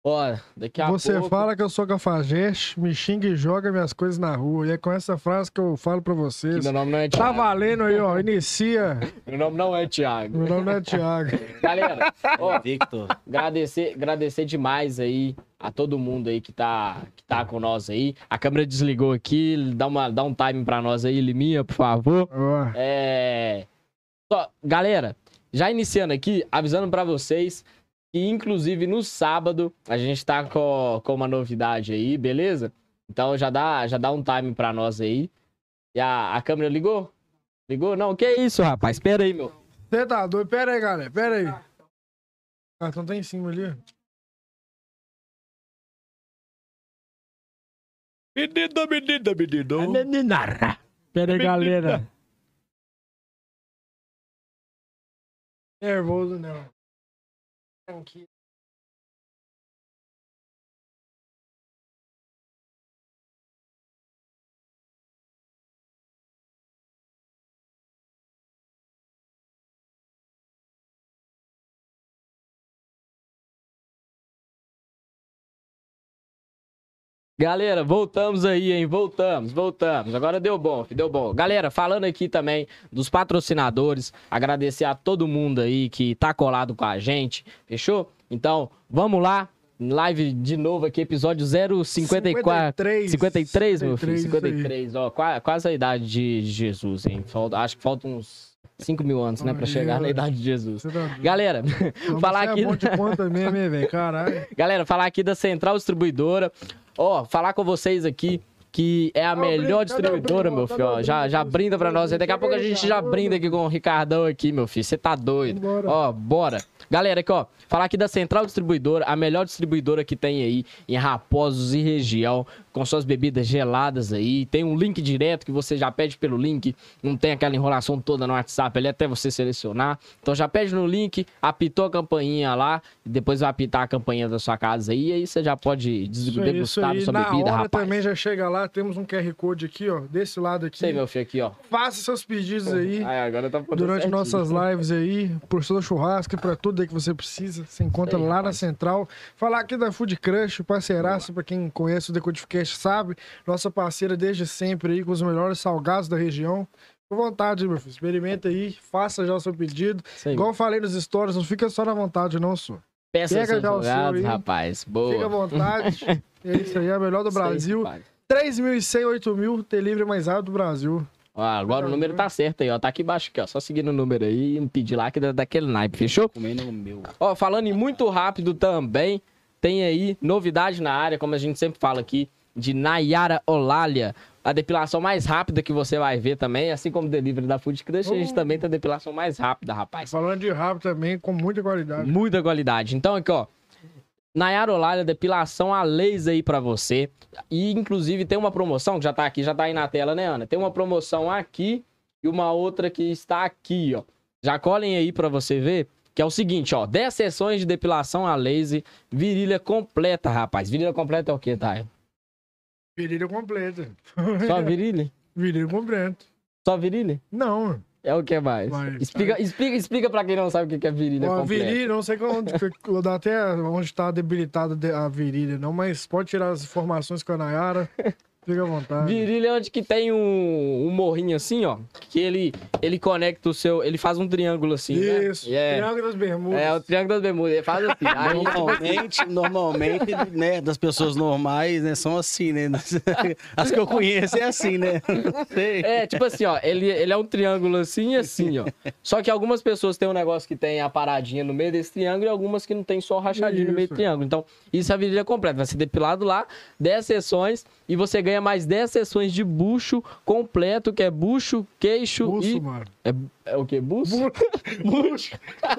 Ó, daqui a Você pouco... fala que eu sou cafajeste, me xinga e joga minhas coisas na rua. E é com essa frase que eu falo pra vocês. Que meu nome não é Tá Thiago. valendo aí, ó. Inicia. Meu nome não é Thiago. Meu nome não é Thiago. Galera, ó, Victor. agradecer demais aí a todo mundo aí que tá com nós aí. A câmera desligou aqui, dá um time pra nós aí, Liminha, por favor. Ó, Galera, já iniciando aqui, avisando pra vocês que, inclusive, no sábado, a gente tá com uma novidade aí, beleza? Então já dá um time pra nós aí. E a câmera ligou? Ligou? Não, que isso, rapaz? Espera aí, meu. Você tá doido? Pera aí, galera. Pera aí. O cartão tá em cima ali. Menino. Meninara. Pera aí, galera. Nervoso, não. Tranquilo. Galera, voltamos aí, hein? Voltamos. Agora deu bom, filho, deu bom. Galera, falando aqui também dos patrocinadores, agradecer a todo mundo aí que tá colado com a gente, fechou? Então, vamos lá. Live de novo aqui, episódio 054. 53, meu filho? 53, ó. Quase a idade de Jesus, hein? Acho que faltam uns 5 mil anos, né? Pra chegar na idade de Jesus. Galera, falar aqui... É bom de conta mesmo, hein, velho? Caralho. Galera, falar aqui da Central Distribuidora. Ó, falar com vocês aqui que é a melhor distribuidora, meu filho. Ó, já brinda pra nós. Daqui a pouco a gente já brinda aqui com o Ricardão aqui, meu filho. Você tá doido. Ó, bora. Galera, aqui, ó. Falar aqui da Central Distribuidora, a melhor distribuidora que tem aí em Raposos e região, com suas bebidas geladas aí. Tem um link direto que você já pede pelo link. Não tem aquela enrolação toda no WhatsApp ali até você selecionar. Então já pede no link, apitou a campainha lá, e depois vai apitar a campainha da sua casa aí. E aí você já pode degustar da sua bebida, hora rapaz. Também já chega lá, temos um QR Code aqui, ó. Desse lado aqui. Sei, meu filho, aqui, ó. Faça seus pedidos aí. Agora tá Durante certinho. nossas lives aí, por seu churrasco e pra tudo aí que você precisa. Você encontra lá na Central. Falar aqui da Food Crush, parceiraço, pra quem conhece o Decodificast sabe. Nossa parceira desde sempre aí, com os melhores salgados da região. Com vontade, meu filho. Experimenta aí, faça já o seu pedido. Sei, Igual eu falei nos stories, não fica só na vontade, não, senhor. Peça Pega seus já o seu salgados, aí. rapaz. Boa. Fica à vontade. É isso aí, é a melhor do Isso aí, Brasil. rapaz. 3.100, 8.000, delivery mais rápido do Brasil. Ó, agora o número tá certo aí, ó. Tá aqui embaixo aqui, ó. Só seguindo o número aí e pedir lá que dá daquele naipe, fechou? Comendo o meu. Ó, falando em muito rápido também, tem aí novidade na área, como a gente sempre fala aqui, de Nayara Olália. A depilação mais rápida que você vai ver também, assim como o delivery da Food Crush, a gente também tem a depilação mais rápida, rapaz. Falando de rápido também, com muita qualidade. Muita qualidade. Então aqui, ó. Nayara Olália, depilação a laser aí pra você. E, inclusive, tem uma promoção que já tá aqui, já tá aí na tela, né, Ana? Tem uma promoção aqui e uma outra que está aqui, ó. Já colhem aí pra você ver, que é o seguinte, ó. 10 sessões de depilação a laser, virilha completa, rapaz. Virilha completa é o quê, Thay? Virilha completa. Só virilha? Virilha completa. Só virilha? Não. É o que mais? Vai, Explica pra quem não sabe o que é virilha Ó, completa. virilha, não sei até onde tá debilitada a virilha, não, mas pode tirar as informações com a Nayara. Fica à vontade. Virilha é onde que tem um morrinho assim, ó. Que ele conecta o seu... Ele faz um triângulo assim, Isso, né? Triângulo das Bermudas. É, o triângulo das Bermudas. Ele faz assim. Aí, Normalmente, né, das pessoas normais, né, são assim, né? As que eu conheço é assim, né? Não sei. é, tipo assim, ó. Ele é um triângulo assim e assim, ó. Só que algumas pessoas têm um negócio que tem a paradinha no meio desse triângulo e algumas que não tem só rachadinho no meio do triângulo. Então, isso é a virilha completa. Vai ser depilado lá, 10 sessões e você ganha mais 10 sessões de bucho completo, que é bucho, queixo Buço, e... mano. É o quê? Buço? Bucho.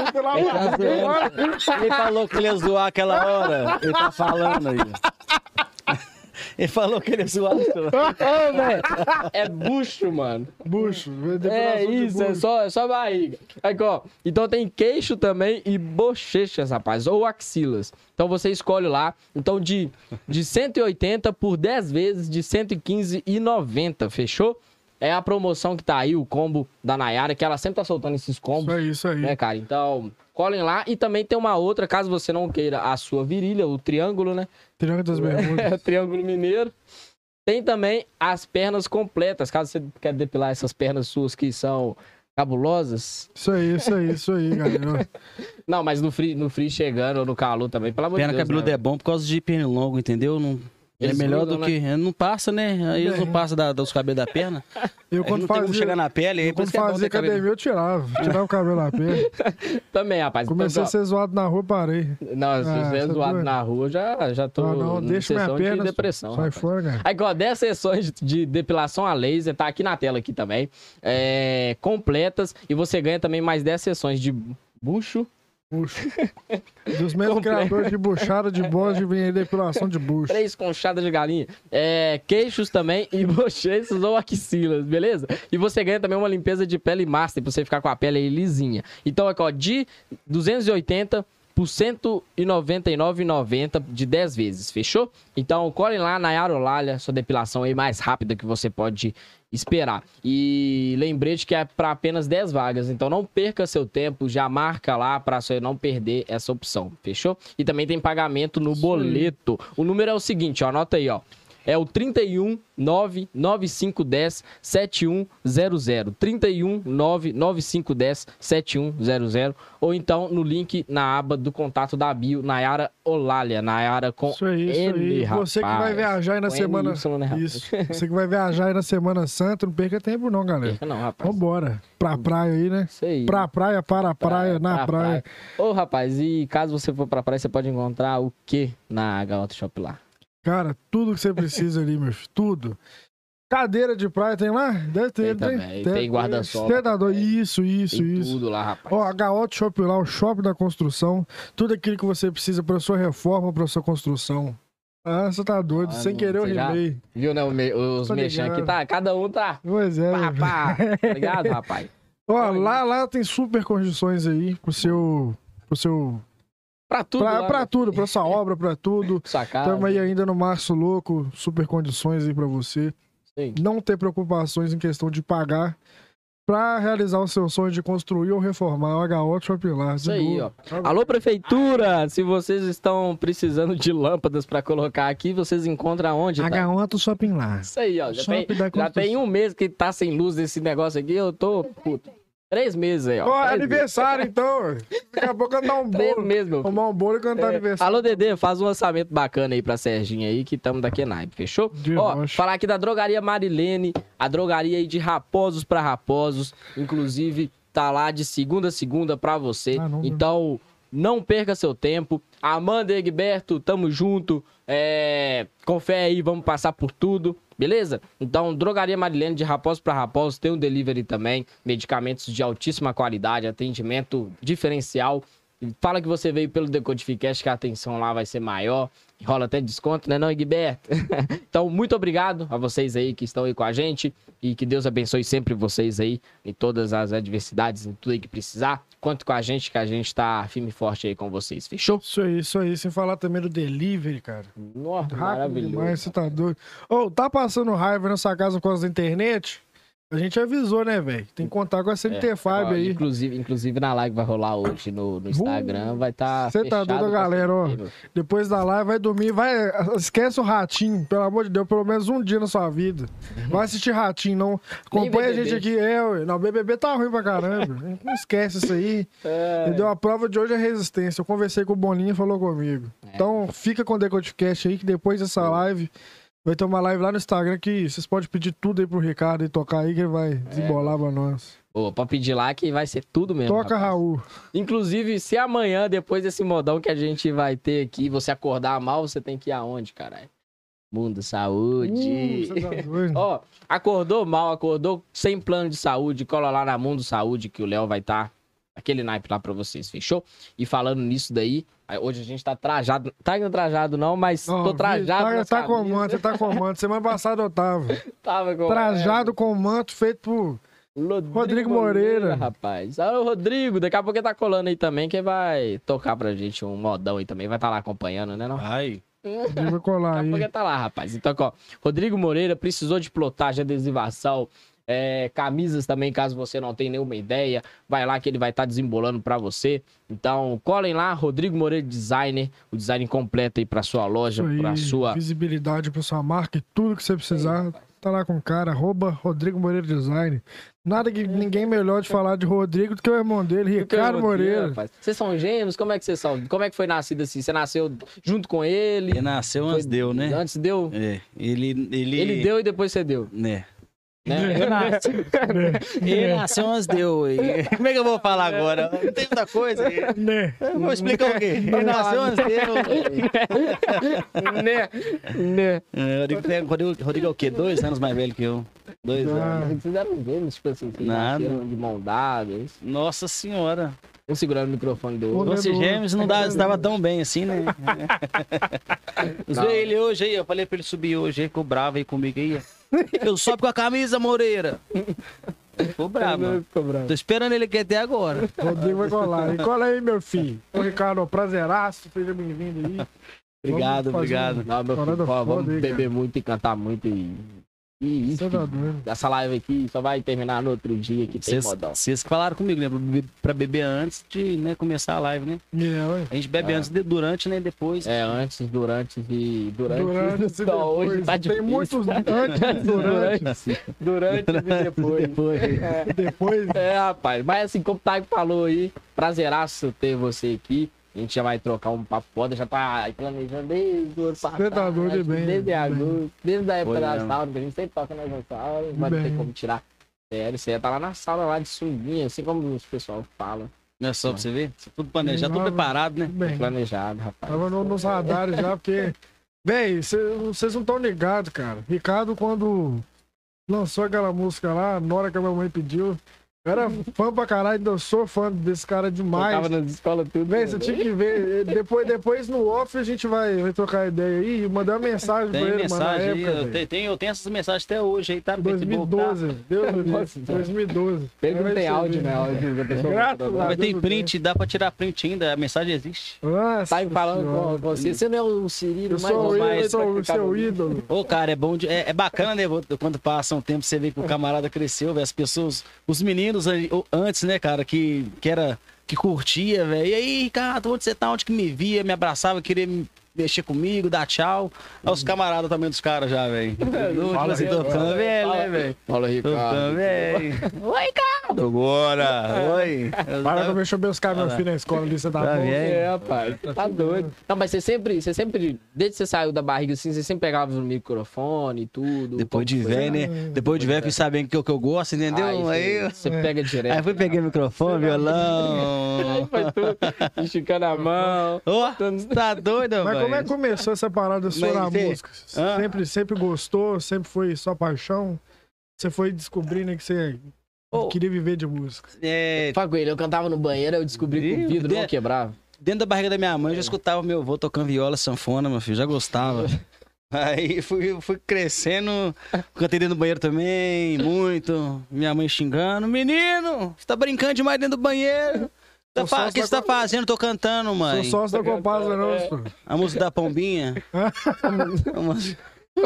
Ele falou que ele ia zoar aquela hora. Ele tá falando aí. Ele falou que ele ia zoar. Ô, velho. É bucho, mano. Bucho. É isso, é só barriga. Aqui, ó. Então tem queixo também e bochechas, rapaz. Ou axilas. Então você escolhe lá. Então de 180 por 10 vezes de 115,90, fechou? É a promoção que tá aí, o combo da Nayara, que ela sempre tá soltando esses combos. Isso aí. Né, cara? Então, colhem lá. E também tem uma outra, caso você não queira a sua virilha, o triângulo, né? Triângulo das Bermudas. O triângulo mineiro. Tem também as pernas completas, caso você quer depilar essas pernas suas que são cabulosas. Isso aí, galera. Não, mas no frio chegando ou no calor também, pelo amor de Perna Deus. cabeluda né? É bom por causa de pernilongo, entendeu? Não, é Eles melhor grudam, do que... Não passa, né? Aí eles não passam dos cabelos da perna. Eu Aí quando não tem como chegar fazia, na pele, aí por quando isso que é bom fazia ter cabelo. academia, eu tirava o cabelo da pele. Também, rapaz. Comecei a Então, ser zoado na rua, parei. não, se você é tá zoado doido? na rua, já tô Não, em deixa minha sessão perna. de depressão. Sai rapaz. fora, cara. Aí, ó, 10 sessões de depilação a laser, tá aqui na tela aqui também, completas, e você ganha também mais 10 sessões de bucho. Bucho. Dos mesmos Completo. criadores de buchada, de bode, vem aí depilação de bucho. 3 conchadas de galinha, queixos também e bochechas ou axilas, beleza? E você ganha também uma limpeza de pele master, pra você ficar com a pele aí lisinha. Então, aqui, ó, de 280 por R$ 199,90 de 10 vezes, fechou? Então, colhem lá na Arolália, sua depilação aí mais rápida que você pode esperar. E lembrete que é para apenas 10 vagas, então não perca seu tempo, já marca lá para você não perder essa opção, fechou? E também tem pagamento no boleto. O número é o seguinte, ó, anota aí, ó. É o 31 99510 7100. 31 99510 7100. Ou então no link na aba do contato da bio, Nayara Olália. Nayara com Isso aí, isso N, aí. rapaz. Você que vai viajar aí na Com semana. NY, né, rapaz? Isso. Você que vai viajar aí na Semana Santa, não perca tempo, não, galera. Perca não, rapaz. Vambora. Pra praia aí, né? Isso aí. Pra praia, para a praia, na Pra praia. Ô, rapaz, e caso você for pra praia, você pode encontrar o que na H-Auto Shop lá? Cara, tudo que você precisa ali, meu filho. Tudo. Cadeira de praia tem lá? Deve ter, Tem também. Tem guarda-sol. Estendador. Isso. Tem tudo lá, rapaz. Ó, H-Auto Shop lá, o shopping da construção. Tudo aquilo que você precisa pra sua reforma, pra sua construção. Ah, você tá doido. Sem querer eu você já rimei. Viu, né? Os Tô mexendo aqui, ligado. tá? Cada um tá. Pois é. meu filho. Tá ligado, rapaz? Ó, lá tem super condições aí pro seu... Pra tudo. lá, Pra né? tudo, pra sua obra, pra tudo. Sua casa. Tamo aí ainda no Março Louco, super condições aí pra você. Sim. Não ter preocupações em questão de pagar pra realizar o seu sonho de construir ou reformar o H-Auto Shop lá. Isso aí, ó. Alô, prefeitura! Se vocês estão precisando de lâmpadas pra colocar aqui, vocês encontram onde? Tá? H-Auto Shopping lá. Isso aí, ó. Já Shopping da já construção. tem um mês que tá sem luz esse negócio aqui, eu tô puto. 3 meses aí, ó. Ó, 3 aniversário então. Daqui a pouco cantar um 3 bolo. meses, meu filho. Tomar um bolo e cantar aniversário. Alô, Dedê, faz um lançamento bacana aí pra Serginho aí, que tamo daqui naipe, fechou? De Ó, rocha. falar aqui da Drogaria Marilene, a drogaria aí de raposos pra raposos, inclusive tá lá de segunda a segunda pra você. Ah, não, Então, não perca seu tempo. Amanda e Egberto, tamo junto. Com fé aí, vamos passar por tudo. Beleza? Então, Drogaria Marilene de raposo para raposo, tem um delivery também, medicamentos de altíssima qualidade, atendimento diferencial. Fala que você veio pelo Decodificast, que a atenção lá vai ser maior. Rola até desconto, né não, Egberto? Então, muito obrigado a vocês aí que estão aí com a gente e que Deus abençoe sempre vocês aí em todas as adversidades, em tudo aí que precisar. Conte com a gente, que a gente tá firme e forte aí com vocês. Fechou? Isso aí. Sem falar também do delivery, cara. Nossa, Rápido maravilhoso. demais, você tá doido. Ô, tá passando raiva nessa casa por causa da internet? A gente avisou, né, velho? Tem que contar com a CNT Fiber aí. Inclusive na live vai rolar hoje no Instagram, vai estar Você tá doido, galera, ó. Depois da live vai dormir, esquece o Ratinho, pelo amor de Deus, pelo menos um dia na sua vida. Vai assistir Ratinho, não. Acompanha a gente aqui, ué. Não, o BBB tá ruim pra caramba. Não esquece isso aí. Entendeu? A prova de hoje é resistência. Eu conversei com o Boninho e falou comigo. Então fica com o Decodificast aí, que depois dessa live... Vai ter uma live lá no Instagram que vocês podem pedir tudo aí pro Ricardo e tocar aí que ele vai desembolar pra nós. Pô, pode pedir lá que vai ser tudo mesmo. Toca, rapaz. Raul. Inclusive, se amanhã, depois desse modão que a gente vai ter aqui, você acordar mal, você tem que ir aonde, caralho? Mundo Saúde. Você tá doido. Ó, acordou mal, acordou sem plano de saúde, cola lá na Mundo Saúde que o Léo vai estar aquele naipe lá pra vocês, fechou? E falando nisso daí, hoje a gente tá trajado, tá ainda trajado não, mas tô trajado nas Tá com camisas. manto, você tá com manto. Semana passada eu tava. Tava com Trajado com manto feito por... Rodrigo Moreira. Rapaz. Alô, Rodrigo, daqui a pouco ele tá colando aí também, que vai tocar pra gente um modão aí também, vai estar lá acompanhando, né não? Ai, Vai colar Daqui a pouco aí. ele tá lá, rapaz. Então, ó, Rodrigo Moreira precisou de plotagem, adesivação, Camisas também, caso você não tenha nenhuma ideia, vai lá que ele vai estar desembolando pra você. Então, colhem lá, Rodrigo Moreira Designer, o design completo aí pra sua loja, Isso aí, pra sua... visibilidade pra sua marca e tudo que você precisar. Tá lá com o cara, @Rodrigo Moreira Design. Nada que ninguém melhor de falar de Rodrigo do que o irmão dele, Ricardo Moreira. Rapaz. Vocês são gêmeos? Como é que vocês são? Como é que foi nascido assim? Você nasceu junto com ele? Ele nasceu antes deu, né? Antes deu? É, ele Ele deu e depois você deu. né? Né? Ele nasceu antes deu. Como é que eu vou falar agora? Não tem muita coisa. Né? Eu vou explicar o quê? Ele nasceu antes deu. Né? Rodrigo é o quê? 2 anos mais velho que eu. 2 anos. Vocês eram gêmeos, tipo assim, vocês Nada. nasceram de mão dada. Nossa senhora. Um segurando o microfone do Ô, outro. Você gêmeos não estava tão bem assim, né? Não. Ele hoje aí, eu falei pra ele subir hoje, ele ficou bravo aí comigo aí. Eu sobe com a camisa, Moreira. Ficou bravo, mano. Ficou bravo. Tô esperando ele aqui até agora. Rodrigo vai colar. E cola aí, meu filho. Ô, Ricardo, prazeraço. Seja bem-vindo aí. Obrigado, Vamos fazer obrigado. Não, meu Parada filho, ó, foda vamos aí, beber cara. muito e cantar muito e isso. Você tá doido. Essa live aqui só vai terminar no outro dia que tem modão. Vocês que falaram comigo, né? Pra beber antes de, né, começar a live, né? Ué. A gente bebe antes, durante, né? Depois. Antes, durante e... Durante e Não, hoje depois. tá Tem difícil. muitos antes, durante, Durante e depois. depois. Rapaz. Mas assim, como o Taigo falou aí, prazeraço ter você aqui. A gente já vai trocar um papo foda, já tá planejando desde o ano passado. Você tá doido bem, Desde bem. agosto, desde a época Foi da mesmo. sauna, que a gente sempre toca nas saunas, não vai Bem. ter como tirar. Sério, você ia tá lá na sauna lá de sunguinha, assim como os pessoal fala. Não é só pra você ver? Tudo planejado, tudo Não, preparado, né? Bem, Planejado, rapaz. tava nos radares já, porque... Véi, vocês não estão ligados, cara. Ricardo, quando lançou aquela música lá, na hora que a minha mãe pediu, eu era fã pra caralho, ainda sou fã desse cara demais. Tava nas escolas tudo. Véi, você tinha que ver. Depois no off a gente vai trocar ideia aí. Eu mandei uma mensagem pra Tem ele, mano, na mensagem aí, época, eu velho. tenho essas mensagens até hoje aí, tá? no Facebook, tá? 2012. Deus me livre. Nossa, 2012. Ele não Aí tem você áudio, vê. né? Áudio da pessoa. Graças a Mas tem Deus, print, dá pra tirar print ainda, a mensagem existe. Nossa Tá falando senhora. com você. Você não é o Cirilo, Eu mas sou, mais- o seu ídolo. Ô, cara, é bom, é bacana, né? Quando passa um tempo, você vê que o camarada cresceu, velho. As pessoas, os meninos antes, né, cara, que curtia, velho. E aí, Ricardo, onde você tá? Onde que me via, me abraçava, queria mexer comigo, dar tchau. Olha os camaradas também dos caras já, velho. Tipo assim, tô ficando velho, né, velho? Fala, Tô ficando Ricardo. velho. Oi, Ricardo. Agora. Oi. Para que eu mexer buscar meu filho na escola ali, você tá Tá bom? vendo? Rapaz, tá doido. Não, mas você sempre, desde que você saiu da barriga assim, você sempre pegava o microfone e tudo. Depois de velho, né? Depois de velho, fui sabendo que é o que eu gosto, entendeu? Aí você pega direto. Aí fui, peguei o microfone, violão. Foi tudo, esticando a mão. Ô, tá doido, Mas velho? como é que começou essa parada sua Mas na você- música? Hã? Sempre gostou? Sempre foi sua paixão? Você foi descobrindo que você Ô. queria viver de música? É, Fala com ele, eu cantava no banheiro, eu descobri que o vidro não quebrava. dentro da barriga da minha mãe, eu já escutava meu avô tocando viola, sanfona, meu filho, já gostava. Aí fui crescendo, cantei dentro do banheiro também, muito. Minha mãe xingando, menino, você tá brincando demais dentro do banheiro. Sou O que você tá fazendo? Tô cantando, mãe. Sou sócio da Compasa, não, senhor. A música da Pombinha. A música-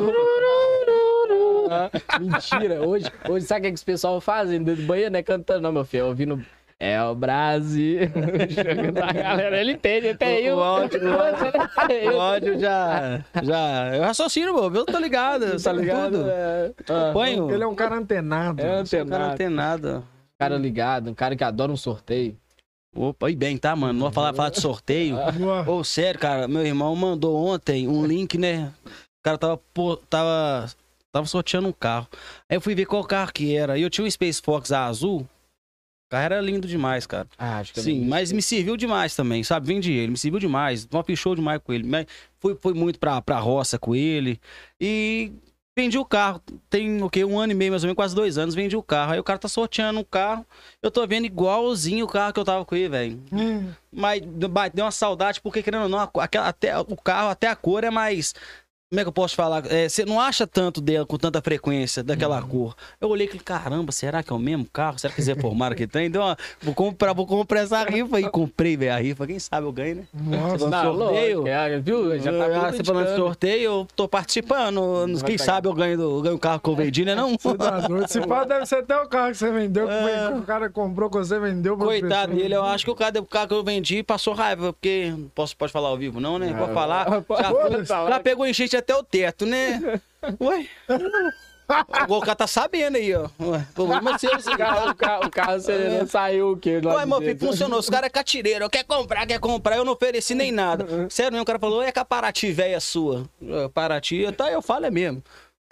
Mentira, hoje sabe o que os pessoal fazem dentro do banheiro, né? Cantando, não, meu filho, ouvindo. É o Brasil. A galera, ele entende, até eu. O áudio já. Eu raciocino, meu, eu tô ligado, eu Tá sei ligado? tudo. Ah, Acompanho. Ele é um cara antenado. é O cara não antenado. tem nada. Cara ligado, um cara que adora um sorteio. Opa, e bem, tá, mano? Não vou falar de sorteio. Boa. Ô, sério, cara, meu irmão mandou ontem um link, né? O cara tava sorteando um carro. Aí eu fui ver qual carro que era. E eu tinha um Space Fox azul. O carro era lindo demais, cara. Ah, acho que eu Sim, não- mas me serviu demais também, sabe? Vendi ele, me serviu demais. Uma pichou demais com ele. Mas fui muito pra roça com ele. E vendi o carro. Tem o quê? 1 ano e meio, mais ou menos, quase 2 anos, vendi o carro. Aí o cara tá sorteando um carro. Eu tô vendo igualzinho o carro que eu tava com ele, velho. Mas deu uma saudade, porque querendo ou não, até o carro, até a cor é mais Como é que eu posso falar? Você não acha tanto dela com tanta frequência, daquela cor. Eu olhei e falei, caramba, será que é o mesmo carro? Será que eles reformaram que tem? Então, vou comprar essa rifa aí. Comprei, velho, a rifa. Quem sabe eu ganho, né? Nossa, Sorteio. Viu? Já tá Você falando de sorteio, eu tô participando. Quem sabe eu ganho o carro que eu vendi, né? Não? você tá doido. Esse pau deve ser até o carro que você vendeu, que o cara comprou, que você vendeu. pra Coitado pessoa. dele, eu acho que o carro que eu vendi passou raiva, porque pode falar ao vivo, não, né? Pode falar. Já pegou enchente até o teto, né? Ué? O cara tá sabendo aí, ó. Ué, problema seu, esse carro. O carro você não saiu o quê? Ué, meu filho, funcionou. Os caras é catireiro. Quer comprar. Eu não ofereci nem nada. Sério mesmo, o cara falou, é que a Paraty velha sua. Paraty, tá, eu falo, é mesmo.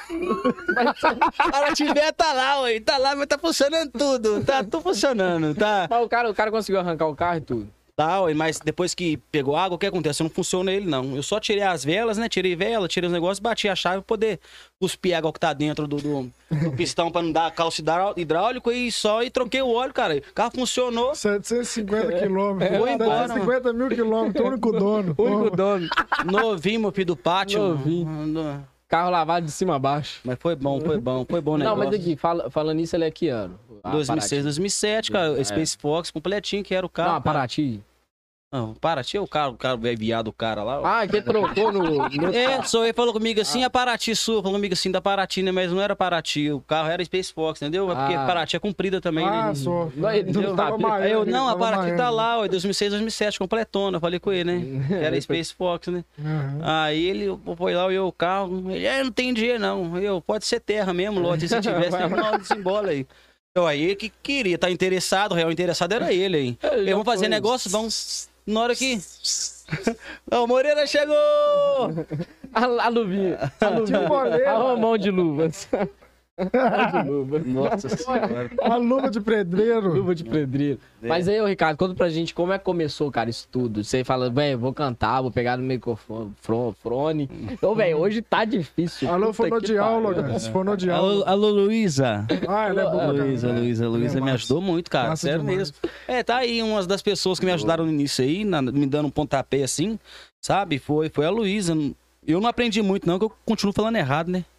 Paraty velha tá lá, ué. Tá lá, mas tá funcionando tudo. Tá tudo funcionando, tá? Mas o cara conseguiu arrancar o carro e tudo. Tá, ué, mas depois que pegou água, o que acontece? Não funciona ele, não. Eu só tirei as velas, né? Tirei vela, tirei os negócios, bati a chave pra poder cuspir a água que tá dentro do pistão pra não dar calço hidráulico e troquei o óleo, cara. O carro funcionou. 750 quilômetros. Foi embora, 750 mil quilômetros, o único dono. O único dono. Novinho, meu filho do pátio. Novinho. Carro lavado de cima a baixo. Mas foi bom o negócio. Não, mas aqui, falando nisso, ele é que ano? 2006, 2007, cara. Space Fox completinho, que era o carro. Não, a Paraty. Não, Paraty é o cara viado o cara lá. Ah, que trocou no Só ele falou comigo assim, a Paraty sua, falou comigo assim, da Paraty, né? Mas não era Paraty, o carro era Space Fox, entendeu? Porque Paraty é comprida também, né? Só. Não, a Paraty tá lá, ó, 2006, 2007, completona, eu falei com ele, né? Era Space Fox, né? Aí ele foi lá, olhou o carro, ele, não tem dinheiro não, pode ser terra mesmo, lote, se tivesse, não, desembola aí. Então aí que queria, tá interessado, o real interessado era ele aí. Vamos fazer negócio, vamos... Na hora que... O Moreira chegou! A luvinha. A mão de luvas. Nossa senhora. A luva de pedreiro. Luva de pedreiro. Mas aí, ô Ricardo, conta pra gente como é que começou, cara, isso tudo. Você fala, velho, vou cantar, vou pegar no microfone. Então, velho, hoje tá difícil. Alô, fonoaudióloga. Fonoaudióloga. Alô, Luísa. Ela é boa. Luísa me ajudou muito, cara. Massa Sério demais. mesmo. Tá aí uma das pessoas que me ajudaram no início aí, me dando um pontapé assim, sabe? Foi a Luísa. Eu não aprendi muito, não, que eu continuo falando errado, né?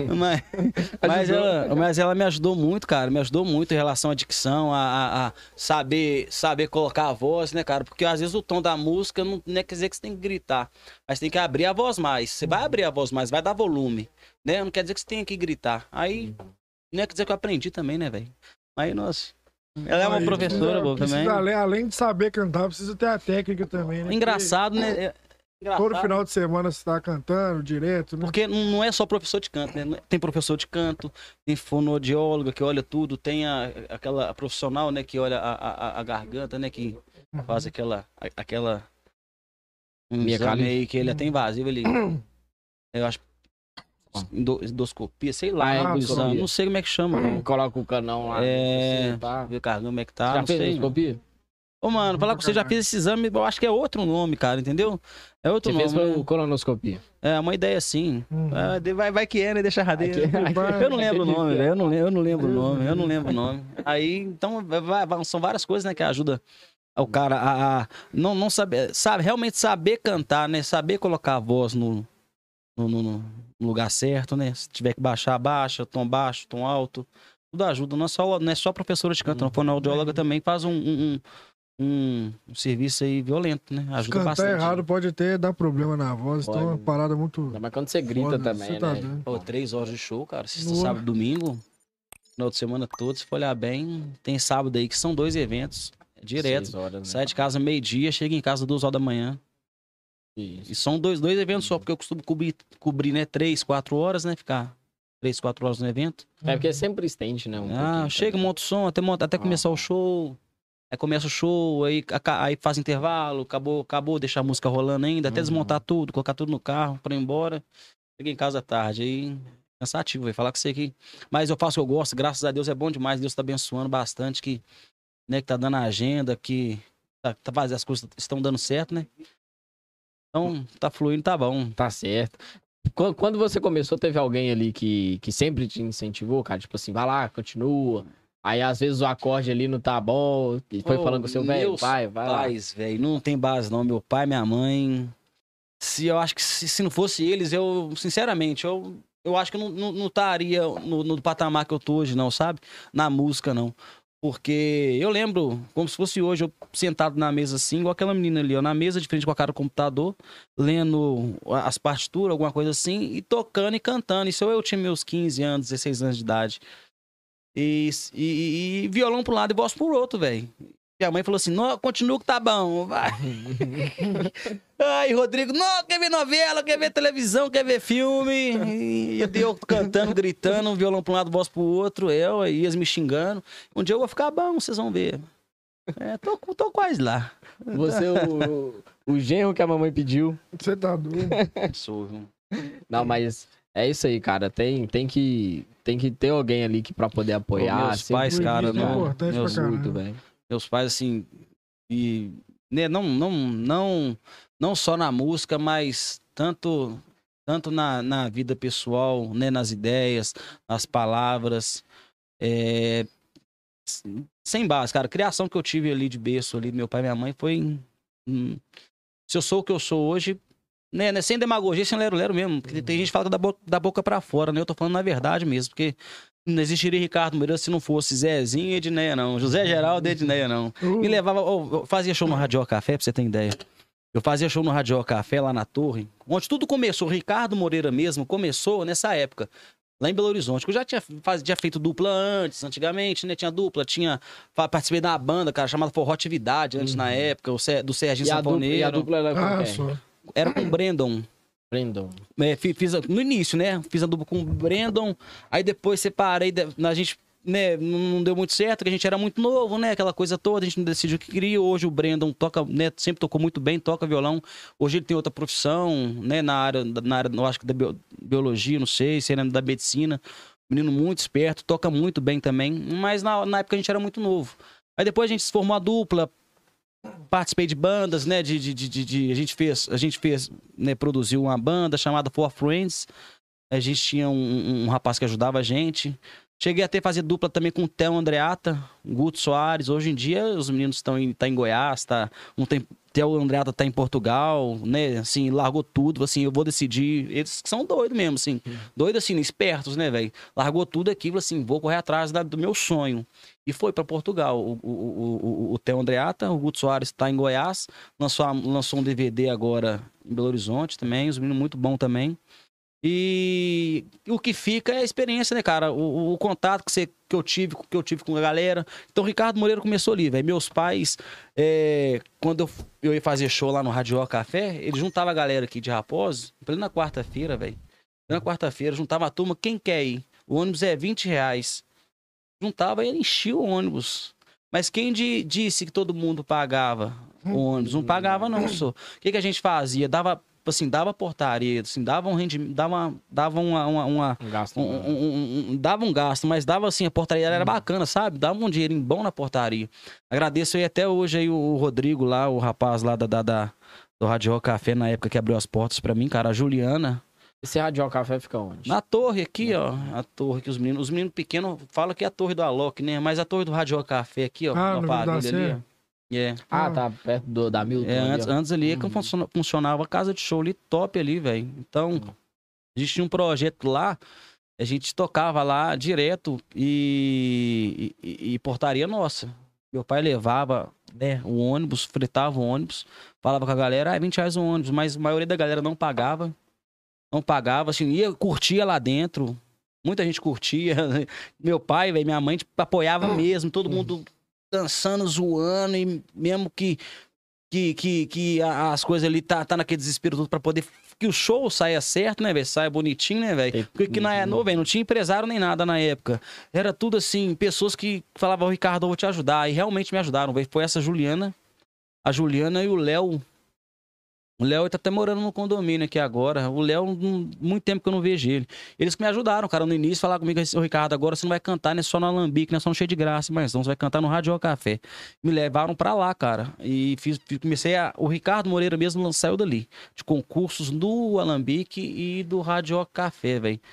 Mas ela me ajudou muito, cara. Me ajudou muito em relação à dicção, a saber colocar a voz, né, cara? Porque às vezes o tom da música não quer dizer que você tem que gritar, mas tem que abrir a voz mais. Você vai abrir a voz mais, vai dar volume, né? Não quer dizer que você tem que gritar. Aí não quer dizer que eu aprendi também, né, velho? Aí, nossa. Ela é uma professora boa também. Além de saber cantar, precisa ter a técnica também, né? Engraçado, né? Todo final de semana você tá cantando direto, né? Porque não é só professor de canto, né? Tem professor de canto, tem fonoaudióloga que olha tudo, tem aquela profissional, né, que olha a garganta, né, que faz aquela exame aí que ele é até invasivo, ele eu acho endoscopia, sei lá, não sei como é que chama. Coloca o canão lá. Ver caramba como é que tá, Já não fez sei. endoscopia? Ô, mano, falar que você já fez esse exame, eu acho que é outro nome, cara, entendeu? É outro nome. Você fez colonoscopia. É uma ideia assim. Vai que é, né? Deixa radeira. Eu não lembro o nome, velho. Eu não lembro o nome. Aí, então, são várias coisas, né, que ajudam o cara a não saber, realmente saber cantar, né? Saber colocar a voz no lugar certo, né? Se tiver que baixar, baixa, tom baixo, tom alto. Tudo ajuda. Não é só professora de canto, não. Fonoaudióloga também faz um serviço aí violento, né? Ajuda cantar bastante. Errado pode até dar problema na voz, então é uma parada muito... Não, mas quando você grita também, né? Pô, 3 horas de show, cara. Sexta, sábado, domingo. Final de semana todo, se for olhar bem. Tem sábado aí que são 2 eventos. Direto. Horas, né? Sai de casa meio-dia, chega em casa 2 horas da manhã. Isso. E são dois eventos só, porque eu costumo cobrir, né? 3, 4 horas, né? Ficar 3, 4 horas no evento. É porque sempre estende, né? Chega, monta o som, até começar o show. Aí começa o show, aí faz intervalo, acabou, deixar a música rolando ainda, até desmontar tudo, colocar tudo no carro pra ir embora. Cheguei em casa à tarde, aí cansativo, vai falar com você aqui. Mas eu faço o que eu gosto, graças a Deus é bom demais, Deus tá abençoando bastante, que tá dando a agenda, que as coisas estão dando certo, né? Então, tá fluindo, tá bom. Tá certo. Quando você começou, teve alguém ali que sempre te incentivou, cara? Tipo assim, vai lá, continua. Aí, às vezes, o acorde ali não tá bom. E foi falando com o seu velho, vai lá. Pais, velho, não tem base não. Meu pai, minha mãe eu acho que se não fosse eles, eu, sinceramente, eu acho que eu não estaria no patamar que eu tô hoje, não, sabe? Na música, não. Porque eu lembro, como se fosse hoje, eu sentado na mesa assim, igual aquela menina ali, ó, na mesa de frente com a cara do computador, lendo as partituras, alguma coisa assim, e tocando e cantando. Isso eu tinha meus 15 anos, 16 anos de idade. E violão pro lado e voz pro outro, velho. Minha mãe falou assim, não, continua que tá bom, vai. Ai, Rodrigo, não, quer ver novela, quer ver televisão, quer ver filme. E eu cantando, gritando, violão pra um lado, voz pro outro, eu, aí eles me xingando. Um dia eu vou ficar bom, vocês vão ver. Tô quase lá. Você, o genro que a mamãe pediu. Você tá doido. Sou, viu? Não, mas é isso aí, cara. Tem que ter alguém ali pra poder apoiar. Meus pais, sempre cara, Isso é não. importante pra caralho. muito, velho. Meus pais, assim, e né, não só na música, mas tanto na vida pessoal, né, nas ideias, nas palavras, sem base, cara. A criação que eu tive ali de berço, ali, meu pai e minha mãe, foi... se eu sou o que eu sou hoje, né, sem demagogia, sem lero-lero mesmo, porque tem gente que fala da boca pra fora, né, eu tô falando na verdade mesmo, porque não existiria Ricardo Moreira se não fosse Zezinho e Edneia, não. José Geraldo e Edneia, não. Me levava... eu fazia show no Rádio Café, pra você ter ideia. Eu fazia show no Rádio Café, lá na Torre, onde tudo começou. O Ricardo Moreira mesmo começou nessa época, lá em Belo Horizonte. Eu já tinha feito dupla antigamente, né? Tinha dupla, participei da banda, cara, chamada Forró Atividade, antes na época, do Serginho Sanfoneiro. E a dupla era com quem? Só. Era com o Brandon. Fiz no início, né? Fiz a dupla com o Brandon, aí depois separei, a gente, né, não deu muito certo, porque a gente era muito novo, né? Aquela coisa toda, a gente não decidiu o que queria. Hoje o Brandon toca, né? Sempre tocou muito bem, toca violão. Hoje ele tem outra profissão, né? Na área, eu acho que da biologia, não sei, se ele é da medicina. Menino muito esperto, toca muito bem também, mas na época a gente era muito novo. Aí depois a gente se formou a dupla, participei de bandas, né? A gente fez, né? Produziu uma banda chamada For Friends. A gente tinha um rapaz que ajudava a gente. Cheguei a fazer dupla também com o Theo Andreata, Guto Soares. Hoje em dia os meninos estão em Goiás, Theo Andreata tá em Portugal, né? Assim, largou tudo, assim, eu vou decidir. Eles são doidos mesmo, assim. Doidos, assim, espertos, né, velho? Largou tudo aqui, falou assim, vou correr atrás do meu sonho. E foi pra Portugal. O Theo Andreata, o Guto Soares tá em Goiás, lançou um DVD agora em Belo Horizonte também, os meninos muito bom também. E o que fica é a experiência, né, cara? O contato que eu tive com a galera. Então, o Ricardo Moreira começou ali, velho. Meus pais, quando eu ia fazer show lá no Rádio Café, ele juntava a galera aqui de Raposo, na quarta-feira, velho. Na quarta-feira, juntava a turma, quem quer ir? O ônibus é R$20. Juntava e ele enchia o ônibus. Mas quem disse que todo mundo pagava o ônibus? Não pagava, não, só. O que a gente fazia? Dava portaria, assim, dava um rendimento, dava um gasto, mas dava assim, a portaria era bacana, sabe? Dava um dinheirinho bom na portaria. Agradeço aí até hoje aí o Rodrigo lá, o rapaz lá do Rádio Café, na época que abriu as portas pra mim, cara, a Juliana. Esse Rádio Café fica onde? Na torre aqui, ó, a torre que os meninos pequenos falam que é a torre do Alok, né? Mas a torre do Rádio Café aqui, ó, no Padilha ali, ó. Tá perto da Milton. Antes ali é que funcionava a casa de show ali, top ali, velho. Então, a gente tinha um projeto lá, a gente tocava lá direto e portaria nossa. Meu pai levava, né, o ônibus, fretava o ônibus, falava com a galera, R$20 o ônibus, mas a maioria da galera não pagava. Não pagava, assim, curtia lá dentro. Muita gente curtia. Meu pai, velho, minha mãe apoiava mesmo, todo mundo dançando, zoando, e mesmo que as coisas ali tá naquele desespero todo pra poder que o show saia certo, né, velho? Saia bonitinho, né, velho? Porque não tinha empresário nem nada na época. Era tudo assim, pessoas que falavam, Ricardo, eu vou te ajudar. E realmente me ajudaram, velho. Foi essa Juliana, a Juliana e o Léo. O Léo tá até morando no condomínio aqui agora. O Léo, muito tempo que eu não vejo ele. Eles que me ajudaram, cara, no início, falaram comigo, o Ricardo, agora você não vai cantar, né, só no Alambique, né, só no Cheio de Graça, mas não, você vai cantar no Rádio Café. Me levaram pra lá, cara, e o Ricardo Moreira mesmo saiu dali, de concursos do Alambique e do Rádio Café, velho.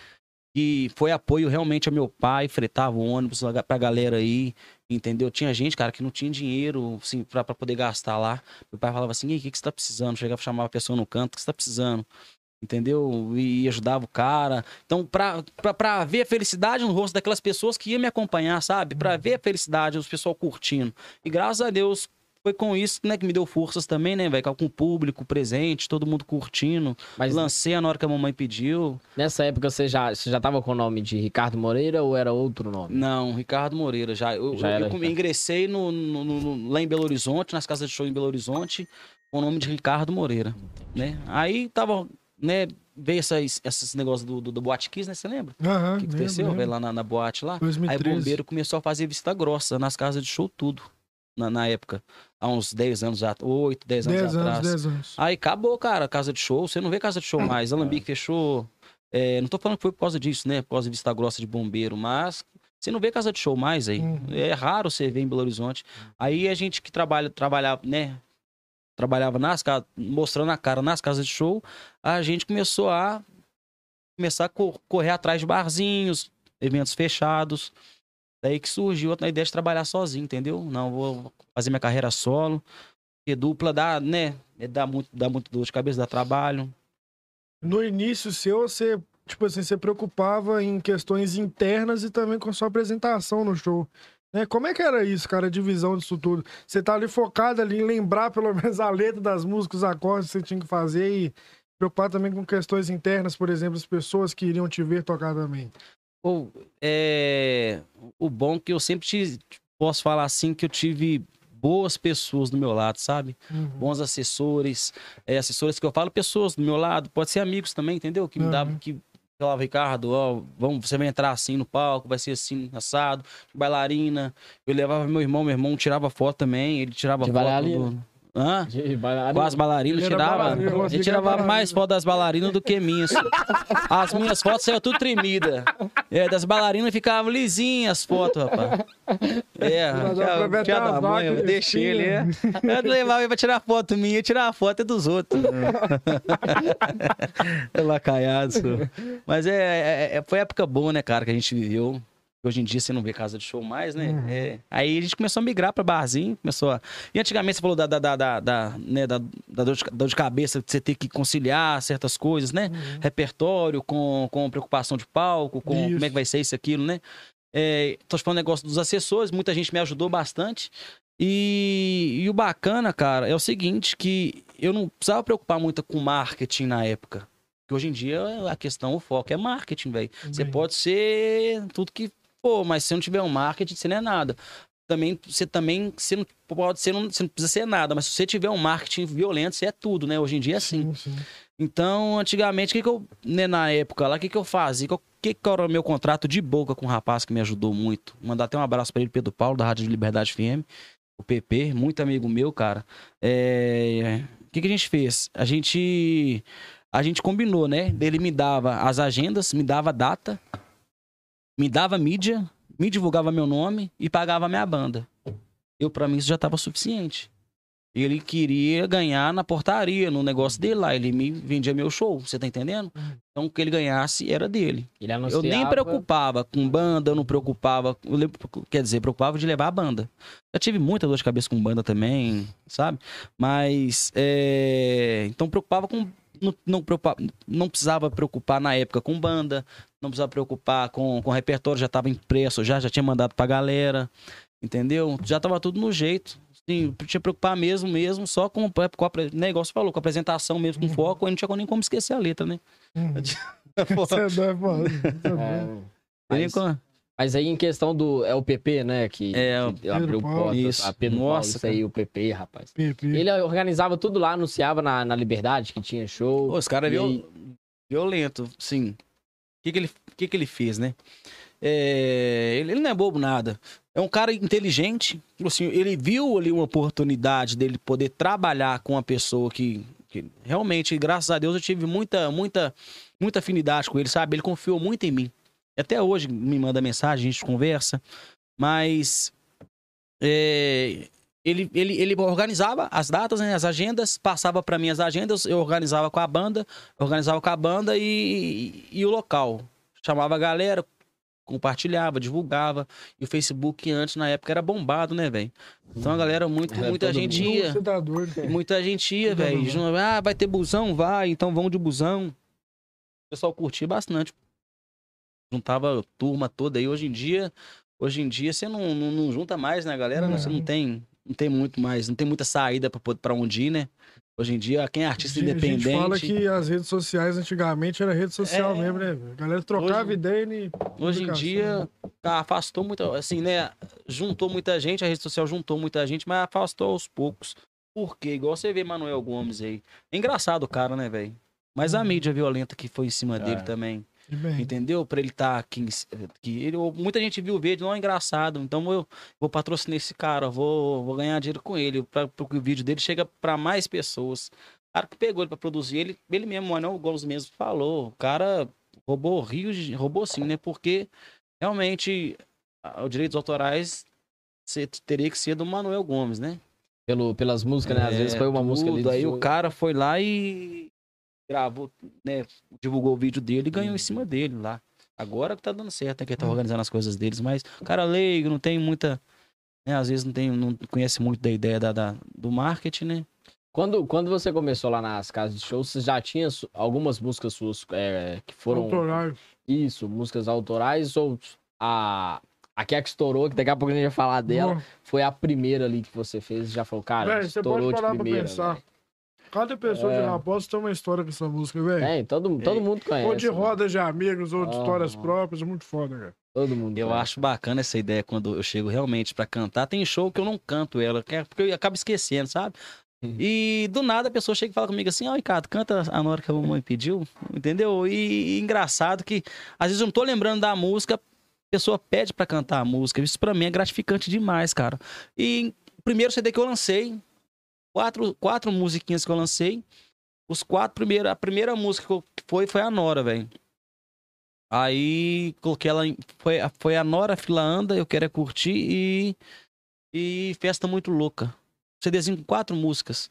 que foi apoio realmente ao meu pai, fretava o ônibus pra galera aí, entendeu? Tinha gente, cara, que não tinha dinheiro, assim, pra poder gastar lá. Meu pai falava assim, e aí, o que você tá precisando? Chegava, chamava a pessoa no canto, o que você tá precisando? Entendeu? E ajudava o cara. Então, pra ver a felicidade no rosto daquelas pessoas que iam me acompanhar, sabe? Pra ver a felicidade, os pessoal curtindo. E graças a Deus, foi com isso, né, que me deu forças também, né, velho? Com o público presente, todo mundo curtindo. Mas lancei na hora que a mamãe pediu. nessa época você já tava com o nome de Ricardo Moreira ou era outro nome? Não, Ricardo Moreira. Eu ingressei lá em Belo Horizonte, nas casas de show em Belo Horizonte, com o nome de Ricardo Moreira, né? Aí tava, né, veio esses negócios do Boate Kiss, né? Você lembra? Aham, O que aconteceu, velho, lá na boate lá? 2013. Aí o bombeiro começou a fazer vista grossa nas casas de show, tudo. Na época, há uns 10 anos, 8, 10 anos atrás. 10 anos. Aí acabou, cara, casa de show. Você não vê casa de show mais. Alambique fechou. Não tô falando que foi por causa disso, né? Por causa de vista grossa de bombeiro, mas você não vê casa de show mais aí. É raro você ver em Belo Horizonte. Aí a gente que trabalhava, né? Trabalhava nas casas, mostrando a cara nas casas de show, a gente começou a correr atrás de barzinhos, eventos fechados. Daí que surgiu a ideia de trabalhar sozinho, entendeu? Não, vou fazer minha carreira solo. Porque dupla dá, né? Dá muito dor de cabeça, dá trabalho. No início seu, você, tipo assim, você preocupava em questões internas e também com a sua apresentação no show. Né? Como é que era isso, cara, a divisão disso tudo? Você tá ali focado ali em lembrar pelo menos a letra das músicas, os acordes que você tinha que fazer e preocupar também com questões internas, por exemplo, as pessoas que iriam te ver tocar também. O bom é que eu sempre posso falar assim, que eu tive boas pessoas do meu lado, sabe? Bons assessores, assessores que eu falo, pessoas do meu lado, pode ser amigos também, entendeu? Que me davam, que falava, Ricardo, ó, você vai entrar assim no palco, vai ser assim, assado, bailarina. Eu levava meu irmão tirava foto também, ele tirava De foto bailarina? Hã? Bailarina. Com as bailarinas, ele tirava mais foto das bailarinas do que minhas. As minhas fotos saíam tudo tremida. Das bailarinas ficavam lisinhas as fotos, rapaz. Tinha da mãe, eu deixei ele, Eu levava ele pra tirar foto minha, tirar a foto dos outros. Lacaiado, senhor. Mas foi época boa, né, cara, que a gente viveu. Hoje em dia você não vê casa de show mais, né? Aí a gente começou a migrar pra barzinho, E antigamente você falou da dor de cabeça, de você ter que conciliar certas coisas, né? Repertório com preocupação de palco, com como é que vai ser isso, aquilo, né? Tô falando negócio dos assessores, muita gente me ajudou bastante. E o bacana, cara, é o seguinte, que eu não precisava preocupar muito com marketing na época. Porque hoje em dia a questão, o foco é marketing, velho. Você pode ser tudo que for, mas se não tiver um marketing, você não é nada. Você não pode ser, você não precisa ser nada, mas se você tiver um marketing violento, você é tudo, né? Hoje em dia é assim. Sim. Então, antigamente, na época lá, o que eu fazia? O que era o meu contrato de boca com um rapaz que me ajudou muito? Mandar até um abraço pra ele, Pedro Paulo, da Rádio de Liberdade FM, o PP, muito amigo meu, cara. O que a gente fez? A gente combinou, né? Ele me dava as agendas, me dava data, me dava mídia, me divulgava meu nome e pagava minha banda. Pra mim, isso já estava suficiente. Ele queria ganhar na portaria, no negócio dele lá. Ele me vendia meu show, você tá entendendo? Então, o que ele ganhasse era dele. Eu nem preocupava com banda, eu não preocupava... preocupava de levar a banda. Já tive muita dor de cabeça com banda também, sabe? Mas, então, preocupava com... Não precisava preocupar na época com banda, não precisava preocupar com repertório, já estava impresso, já tinha mandado pra galera, entendeu? Já tava tudo no jeito. Sim, tinha que preocupar mesmo, só com negócio falou, com a apresentação mesmo, com foco, aí não tinha nem como esquecer a letra, né? Mas aí em questão do... É o PP, né? Que abriu porta. Isso. Pedro Paulo, Nossa, isso aí, o PP, rapaz. PP. Ele organizava tudo lá, anunciava na Liberdade, que tinha show. Os caras violento, sim. O que ele fez, né? Ele não é bobo nada. É um cara inteligente. Assim, ele viu ali uma oportunidade dele poder trabalhar com uma pessoa que realmente, graças a Deus, eu tive muita afinidade com ele, sabe? Ele confiou muito em mim. Até hoje me manda mensagem, a gente conversa. Mas ele organizava as datas, né, as agendas, passava para mim as agendas, eu organizava com a banda e o local. chamava a galera, compartilhava, divulgava. E o Facebook antes, na época, era bombado, né, velho? Então a galera, muita gente ia. Você tá doido. Muita gente ia, velho. Ah, vai ter busão? Vai, então vamos de busão. O pessoal curtia bastante. Juntava a turma toda aí. Hoje em dia você não junta mais, né, galera? Você não tem muito mais, não tem muita saída pra onde ir, né? Hoje em dia, quem é artista independente... A gente fala que as redes sociais antigamente era rede social mesmo, né? A galera trocava ideia e... Hoje em dia, afastou muito, assim, né? Juntou muita gente, a rede social juntou muita gente, mas afastou aos poucos. Por quê? Igual você vê Manuel Gomes aí. É engraçado o cara, né, velho? Mas a mídia violenta que foi em cima dele também. Entendeu? Pra ele estar aqui. Muita gente viu o vídeo, não é engraçado. Então eu vou patrocinar esse cara, vou ganhar dinheiro com ele. Para que o vídeo dele chega para mais pessoas. O cara que pegou ele para produzir, ele mesmo, o Manuel Gomes mesmo falou. O cara roubou sim, né? Porque realmente os direitos autorais teria que ser do Manuel Gomes, né? Pelas músicas, né? Às vezes foi uma música ali. Aí o cara foi lá e gravou, né? Divulgou o vídeo dele e ganhou em cima dele lá. Agora que tá dando certo, né? Que ele tá organizando as coisas deles, mas o cara leigo, não tem muita, né? Às vezes não conhece muito da ideia do marketing, né? Quando você começou lá nas casas de show, você já tinha algumas músicas suas que foram... Autorais. Isso, músicas autorais, ou a que estourou, que daqui a pouco a gente vai falar dela, foi a primeira ali que você fez e já falou, cara, estourou de primeira. Pra pensar. Cada pessoa de Raposo tem uma história com essa música, velho. Todo mundo conhece. Ou de rodas de amigos, ou de histórias próprias, é muito foda, cara. Todo mundo Eu acho bacana essa ideia quando eu chego realmente pra cantar. Tem show que eu não canto ela, porque eu acabo esquecendo, sabe? E do nada a pessoa chega e fala comigo assim, Ricardo, canta a Nora que a mamãe pediu, entendeu? E engraçado que às vezes eu não tô lembrando da música, a pessoa pede pra cantar a música. Isso pra mim é gratificante demais, cara. E o primeiro CD que eu lancei, quatro musiquinhas que eu lancei, a primeira música que foi a Nora, velho. Aí coloquei ela, foi a Nora, Fila Anda, Eu Quero É Curtir e Festa Muito Louca. CDzinho com 4 músicas.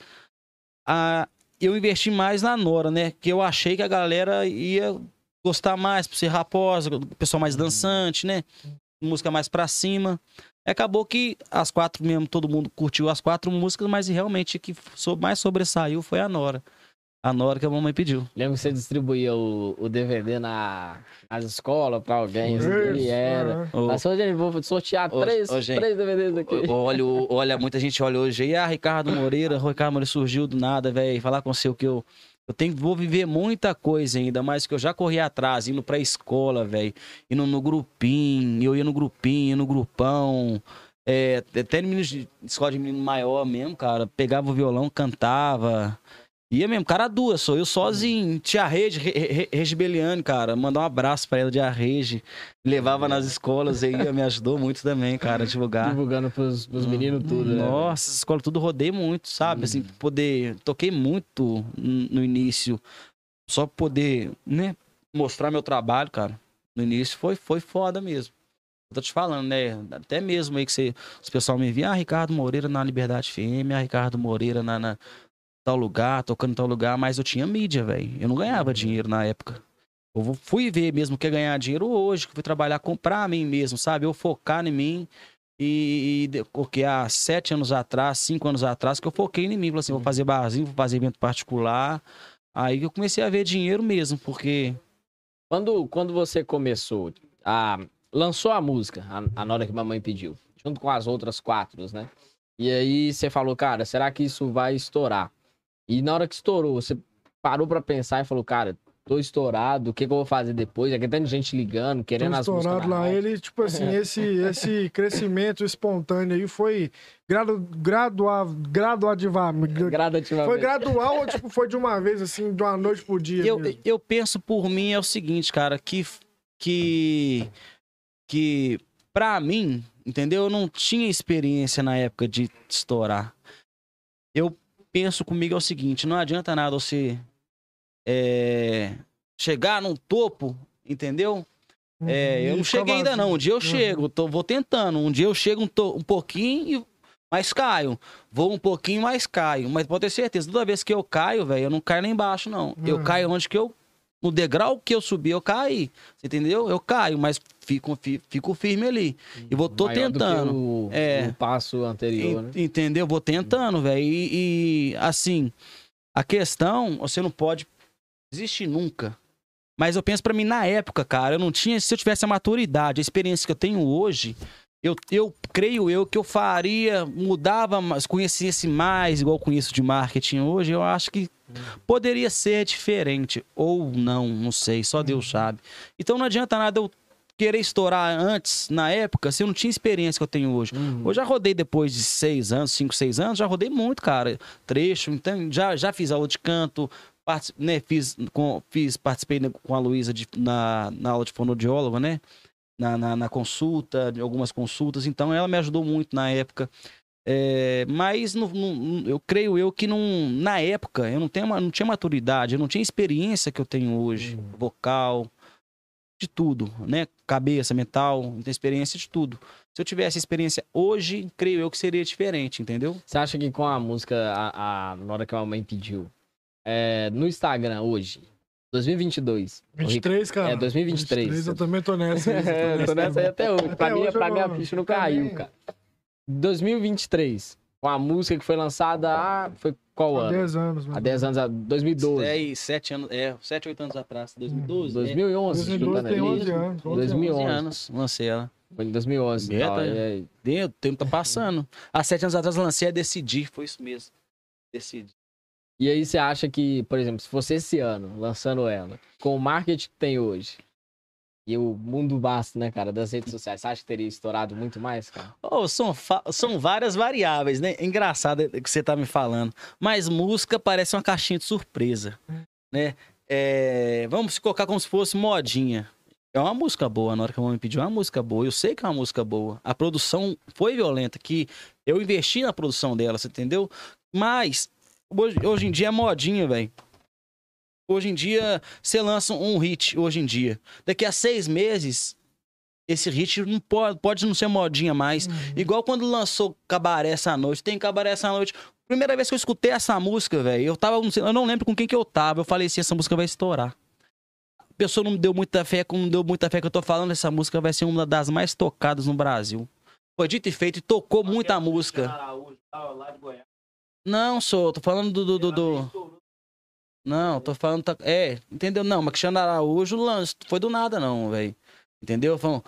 Eu investi mais na Nora, né? Que eu achei que a galera ia gostar mais, por ser raposa, o pessoal mais dançante, né? Música mais pra cima. Acabou que as 4 mesmo, todo mundo curtiu as 4 músicas, mas realmente que mais sobressaiu foi a Nora. A Nora que a mamãe pediu. Lembro que você distribuía o DVD nas escolas pra alguém. Isso, era. Mas hoje eu vou sortear 3 DVDs aqui. Olha, muita gente olha hoje aí, Ricardo Moreira surgiu do nada, velho. Falar com você o que eu vou viver muita coisa ainda, mais que eu já corri atrás, indo pra escola, velho. Indo no grupinho, eu ia no grupinho, no grupão. Até de escola de menino maior mesmo, cara. Pegava o violão, cantava. Ia mesmo, cara, 2, sou eu sozinho. Tia Regi Beliane, cara. Mandar um abraço pra ela, de Regi. Levava nas escolas e me ajudou muito também, cara, a divulgar. Divulgando pros meninos tudo, né? Nossa, escola tudo rodei muito, sabe? Assim, toquei muito no início. Só poder, né, mostrar meu trabalho, cara. No início foi foda mesmo. Eu tô te falando, né? Até mesmo aí que os pessoal me via, Ricardo Moreira na Liberdade FM, Ricardo Moreira na tal lugar, tocando em tal lugar, mas eu tinha mídia, velho. Eu não ganhava dinheiro na época. Eu fui ver mesmo que ganhar dinheiro hoje, que fui trabalhar, comprar a mim mesmo, sabe? Eu focar em mim porque há 7 anos atrás, 5 anos atrás, que eu foquei em mim. Falei assim, vou fazer barzinho, vou fazer evento particular. Aí eu comecei a ver dinheiro mesmo, porque... Quando você começou, lançou a música, a Nora que a mamãe pediu, junto com as outras 4, né? E aí você falou, cara, será que isso vai estourar? E na hora que estourou, você parou pra pensar e falou, cara, tô estourado, o que eu vou fazer depois? Aqui tem gente ligando, querendo as músicas. Estourado lá, ele, tipo assim, esse crescimento espontâneo aí foi gradativamente. Foi gradual ou tipo, foi de uma vez, assim, de uma noite pro dia? Eu penso por mim é o seguinte, cara, que pra mim, entendeu? Eu não tinha experiência na época de estourar. Eu penso comigo é o seguinte, não adianta nada você chegar num topo, entendeu? Eu não cheguei ainda não, um dia eu chego, vou tentando, um dia eu chego um pouquinho, mas caio, vou um pouquinho, mais caio, mas pode ter certeza, toda vez que eu caio, velho, eu não caio lá embaixo não, eu caio onde que eu No degrau que eu subi, eu caí. Você entendeu? Eu caio, mas fico firme ali. E tô Maior do que tentando. o passo anterior, né? Entendeu? Vou tentando, velho. E, assim, a questão, você não pode desistir nunca. Mas eu penso pra mim, na época, cara, eu não tinha... Se eu tivesse a maturidade, a experiência que eu tenho hoje, eu creio que eu faria, mudava, mas conhecesse mais, igual eu conheço de marketing hoje, eu acho que poderia ser diferente. Ou não sei, só Deus sabe. Então não adianta nada eu querer estourar antes, na época, se eu não tinha experiência que eu tenho hoje. Eu já rodei depois de 6 anos, 5, 6 anos, já rodei muito, cara. Trecho, então já fiz aula de canto, participei com a Luísa na aula de fonoaudióloga, né? Na consulta, de algumas consultas. Então, ela me ajudou muito na época. Mas eu creio que na época eu não tinha maturidade, eu não tinha experiência que eu tenho hoje. Vocal, de tudo, né? Cabeça, mental, não tenho experiência de tudo. Se eu tivesse experiência hoje, creio eu que seria diferente, entendeu? Você acha que com a música, na hora que a mamãe pediu, no Instagram hoje, 2022. 23, cara. 2023. 23, eu também tô nessa. Tô nessa aí até hoje. Pra mim, a ficha não caiu, cara. 2023. Com a música que foi lançada foi qual ano? Há 10 anos. Há 10 anos, 2012. 7 anos, 7, 8 anos atrás. 2012. 2011. 2012 tem 11 anos. 2011 anos, lancei ela. Foi em 2011. O tempo tá passando. Há 7 anos atrás lancei a Decidir, foi isso mesmo. Decidi. E aí você acha que, por exemplo, se fosse esse ano, lançando ela, com o marketing que tem hoje, e o mundo vasto, né, cara, das redes sociais, você acha que teria estourado muito mais, cara? São várias variáveis, né? Engraçado o que você tá me falando. Mas música parece uma caixinha de surpresa, né? Vamos se colocar como se fosse modinha. É uma música boa, na hora que a mãe me pediu, é uma música boa. Eu sei que é uma música boa. A produção foi violenta, que eu investi na produção dela, você entendeu? Mas hoje em dia é modinha, velho. Hoje em dia, você lança um hit, hoje em dia. Daqui a 6 meses, esse hit não pode não ser modinha mais. Igual quando lançou Cabaré Essa Noite. Tem Cabaré Essa Noite. Primeira vez que eu escutei essa música, velho, eu não lembro com quem que eu tava. Eu falei assim, essa música vai estourar. A pessoa não me deu muita fé, como não deu muita fé que eu tô falando, essa música vai ser uma das mais tocadas no Brasil. Foi dito e feito e tocou muita música. Não, tô falando Não, tô falando... entendeu? Não, mas Cristiano Araújo foi do nada, não, velho. Entendeu? Falando...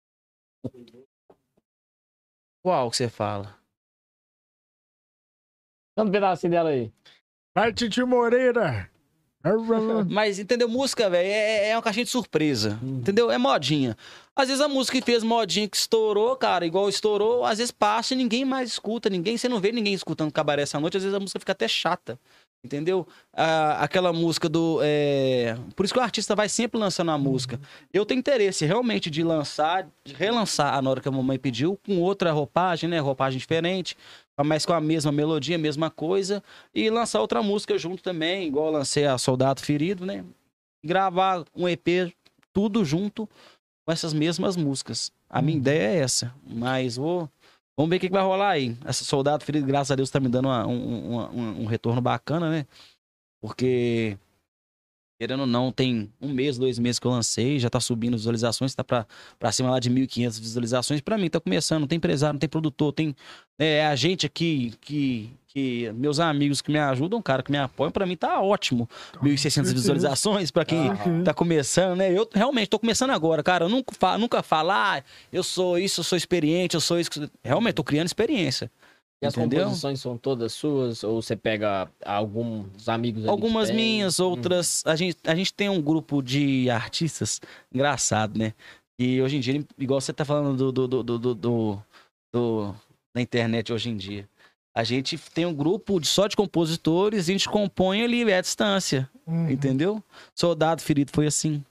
Qual que você fala? Canta um pedacinho dela aí. Vai, Titi Moreira! Mas, entendeu? Música, velho, é uma caixinha de surpresa. Entendeu? É modinha. Às vezes a música que fez modinha que estourou, cara, igual estourou, às vezes passa e ninguém mais escuta. Você não vê ninguém escutando Cabaré Essa Noite, às vezes a música fica até chata. Entendeu? Aquela música do... Por isso que o artista vai sempre lançando a música. Eu tenho interesse realmente de relançar na hora que a mamãe pediu, com outra roupagem, né? Roupagem diferente, mas com a mesma melodia, mesma coisa, e lançar outra música junto também, igual eu lancei a Soldado Ferido, né? Gravar um EP, tudo junto com essas mesmas músicas. A minha ideia é essa, mas vamos ver o que vai rolar aí. Essa Soldado Ferido, graças a Deus, tá me dando um retorno bacana, né? Porque, querendo ou não, tem 1 mês, 2 meses que eu lancei, já tá subindo visualizações, tá pra cima lá de 1.500 visualizações. Pra mim, tá começando, não tem empresário, não tem produtor, tem a gente aqui, meus amigos que me ajudam, cara, que me apoiam, pra mim tá ótimo. 1.600 visualizações pra quem tá começando, né? Eu realmente tô começando agora, cara. Eu nunca falo, eu sou isso, eu sou experiente, eu sou isso. Realmente, tô criando experiência. E as composições são todas suas? Ou você pega alguns amigos ali? Algumas minhas, outras... A gente tem um grupo de artistas, engraçado, né? E hoje em dia, igual você tá falando na internet hoje em dia. A gente tem um grupo só de compositores e a gente compõe ali à distância, entendeu? Soldado Ferido foi assim.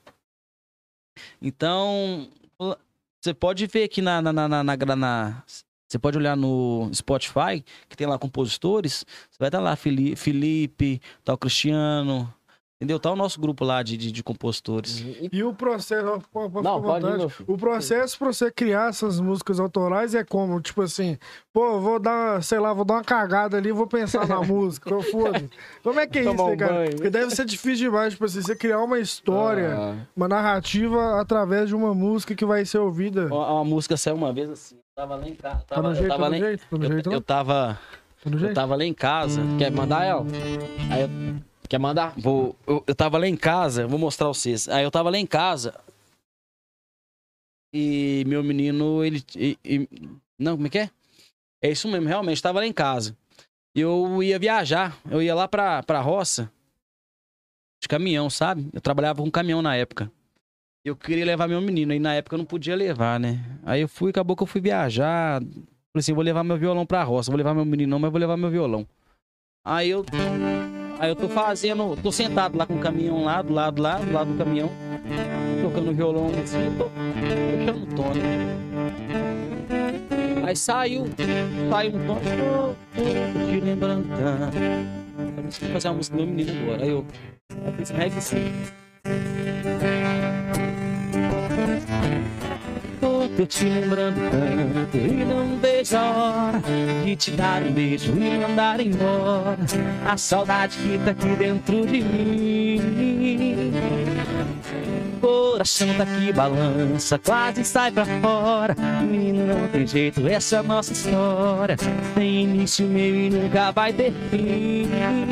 Então, você pode ver aqui você pode olhar no Spotify, que tem lá compositores, você vai estar lá, Felipe, tá o Cristiano, Entendeu? Tá o nosso grupo lá de compositores. E o processo, Não, pode ir, meu filho. o processo pra você criar essas músicas autorais é como? Tipo assim, pô, vou dar, sei lá, vou dar uma cagada ali, vou pensar na música, eu foda. Como é que é isso, Tomar um cara? banho. Porque deve ser difícil demais, tipo assim, você criar uma história, uma narrativa através de uma música que vai ser ouvida. Uma música saiu uma vez assim, eu tava lá em casa. Tá no jeito, tá no jeito, tá no jeito, Eu não? tava Tá no jeito? lá em casa. Quer mandar ela? Aí quer mandar? Eu tava lá em casa, vou mostrar pra vocês. Aí eu tava lá em casa e meu menino, não, como é que é? É isso mesmo, realmente, tava lá em casa. E eu ia viajar, eu ia lá pra roça de caminhão, sabe? Eu trabalhava com caminhão na época. Eu queria levar meu menino, aí na época eu não podia levar, né? Aí acabou que eu fui viajar. Falei assim, vou levar meu violão pra roça, vou levar meu menino não, mas vou levar meu violão. Aí eu tô sentado lá com o caminhão lá, do lado do caminhão, tocando violão assim, tô puxando o tom, né? Aí saiu um tom, tô te lembrando tanto. Eu preciso fazer uma música do meu menino agora. Aí eu fiz reg assim. Tô te lembrando tanto e não vejo a hora de te dar um beijo e mandar embora a saudade que tá aqui dentro de mim. Coração tá aqui balança, quase sai pra fora. Menino, não tem jeito, essa nossa história tem início, meio e nunca vai ter fim.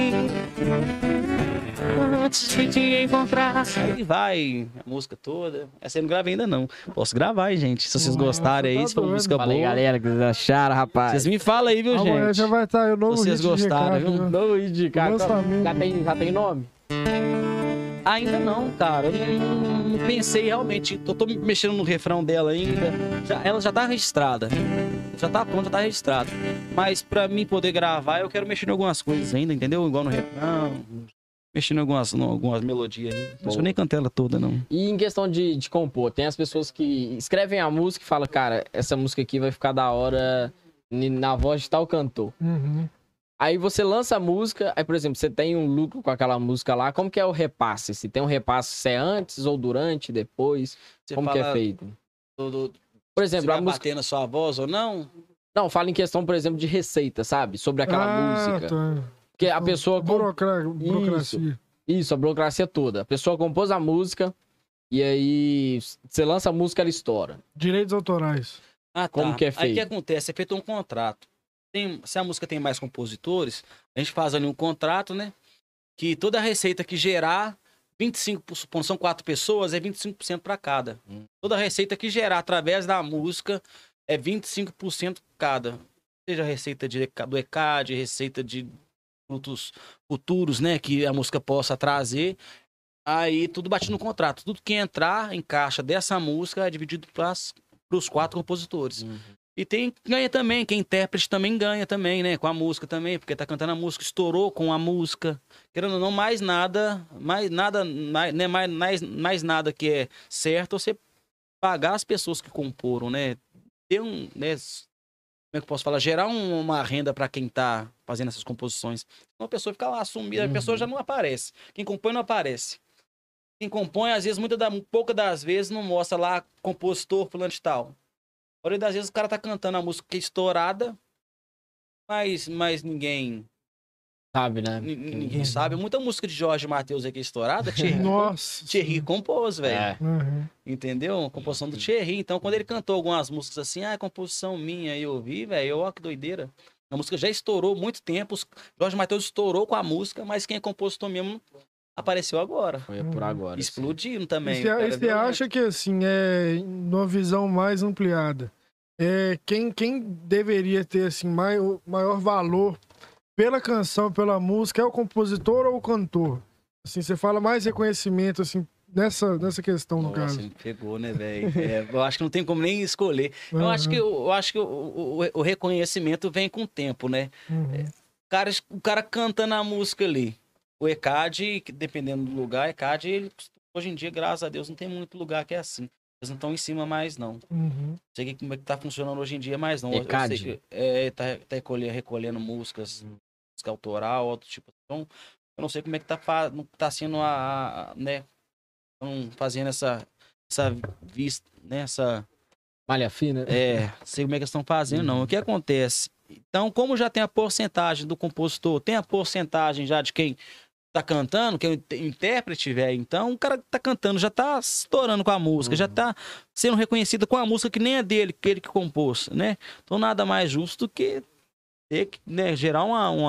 Antes de te encontrar. Aí vai a música toda. Essa eu não gravei ainda não. Posso gravar, hein, gente. Se vocês gostarem aí, se for uma música Fala aí, boa. galera, que vocês acharam, rapaz. Vocês me falam aí, viu, Amanhã gente? já vai estar o novo Vocês hit de gostaram, Ricardo, viu? né? Não vou indicar. Lançamento. Já tem nome? Ainda não, cara. Eu não pensei realmente. Eu tô mexendo no refrão dela ainda. Ela já tá registrada. Já tá pronta, já tá registrada. Mas pra mim poder gravar, eu quero mexer em algumas coisas ainda, entendeu? Igual no refrão. Mexendo em algumas melodias aí. Mas eu nem cantei ela toda, não. E em questão de compor, tem as pessoas que escrevem a música e falam, cara, essa música aqui vai ficar da hora na voz de tal cantor. Uhum. Aí você lança a música, aí, por exemplo, você tem um lucro com aquela música lá, como que é o repasse? Se tem um repasse, se é antes ou durante, depois, Você como que é fala feito? Por Se exemplo, vai a música... bater na sua voz ou não? Não, fala em questão, por exemplo, de receita, sabe? Sobre aquela música. Tá. Porque a pessoa... Burocracia. Isso, a burocracia toda. A pessoa compôs a música e aí você lança a música, ela estoura. Direitos autorais. Ah, tá. Como que é Aí o feito? que acontece? É feito um contrato. Se a música tem mais compositores, a gente faz ali um contrato, né? Que toda a receita que gerar, 25%, supondo, são 4 pessoas, é 25% para cada. Toda a receita que gerar através da música é 25% cada. Seja receita do ECAD, receita de produtos futuros, né? Que a música possa trazer. Aí tudo bate no contrato. Tudo que entrar em caixa dessa música é dividido para os 4 compositores. E ganha também, quem intérprete também ganha também, né? Com a música também, porque tá cantando a música, estourou com a música. Querendo ou não, mais nada que é certo você pagar as pessoas que comporam, né? Ter um, né? Como é que eu posso falar? Gerar uma renda para quem tá fazendo essas composições. Uma pessoa fica lá sumida, a pessoa já não aparece. Quem compõe não aparece. Quem compõe, às vezes, poucas das vezes, não mostra lá compositor fulano de tal. A maioria das vezes o cara tá cantando a música que é estourada, mas ninguém Sabe, né? ninguém sabe. Muita música de Jorge Mateus aqui estourada, Nossa. Thierry compôs, velho. É. Uhum. Entendeu? A composição do Thierry. Então, quando ele cantou algumas músicas assim, é composição minha, e eu ouvi, velho, ó, que doideira. A música já estourou muito tempo. Jorge Mateus estourou com a música, mas quem é compositor mesmo apareceu agora. Foi por agora. Explodindo também. E você acha que, assim, numa visão mais ampliada, quem deveria ter, assim, maior valor pela canção, pela música, é o compositor ou o cantor? Assim, você fala mais reconhecimento, assim, nessa questão, no Nossa, caso. ele pegou, né, velho? Eu acho que não tem como nem escolher. Uhum. Eu acho que o reconhecimento vem com o tempo, né? Uhum. O cara cantando a música ali. O ECAD, dependendo do lugar, ECAD, hoje em dia, graças a Deus, não tem muito lugar que é assim. Eles não estão em cima mais, não. Uhum. Não sei como é que tá funcionando hoje em dia mais, não. ECAD? Eu sei que tá recolhendo música autoral, outro tipo. Então, Eu não sei como é que tá sendo né? Fazendo essa vista, né? Malha fina. Sei como é que eles estão fazendo, não. O que acontece? Então, como já tem a porcentagem do compositor, tem a porcentagem já de quem tá cantando, que é o intérprete, velho. Então, o cara que tá cantando já tá estourando com a música, já tá sendo reconhecido com a música que nem é dele, que ele que compôs, né? Então, nada mais justo do que ter que, né, gerar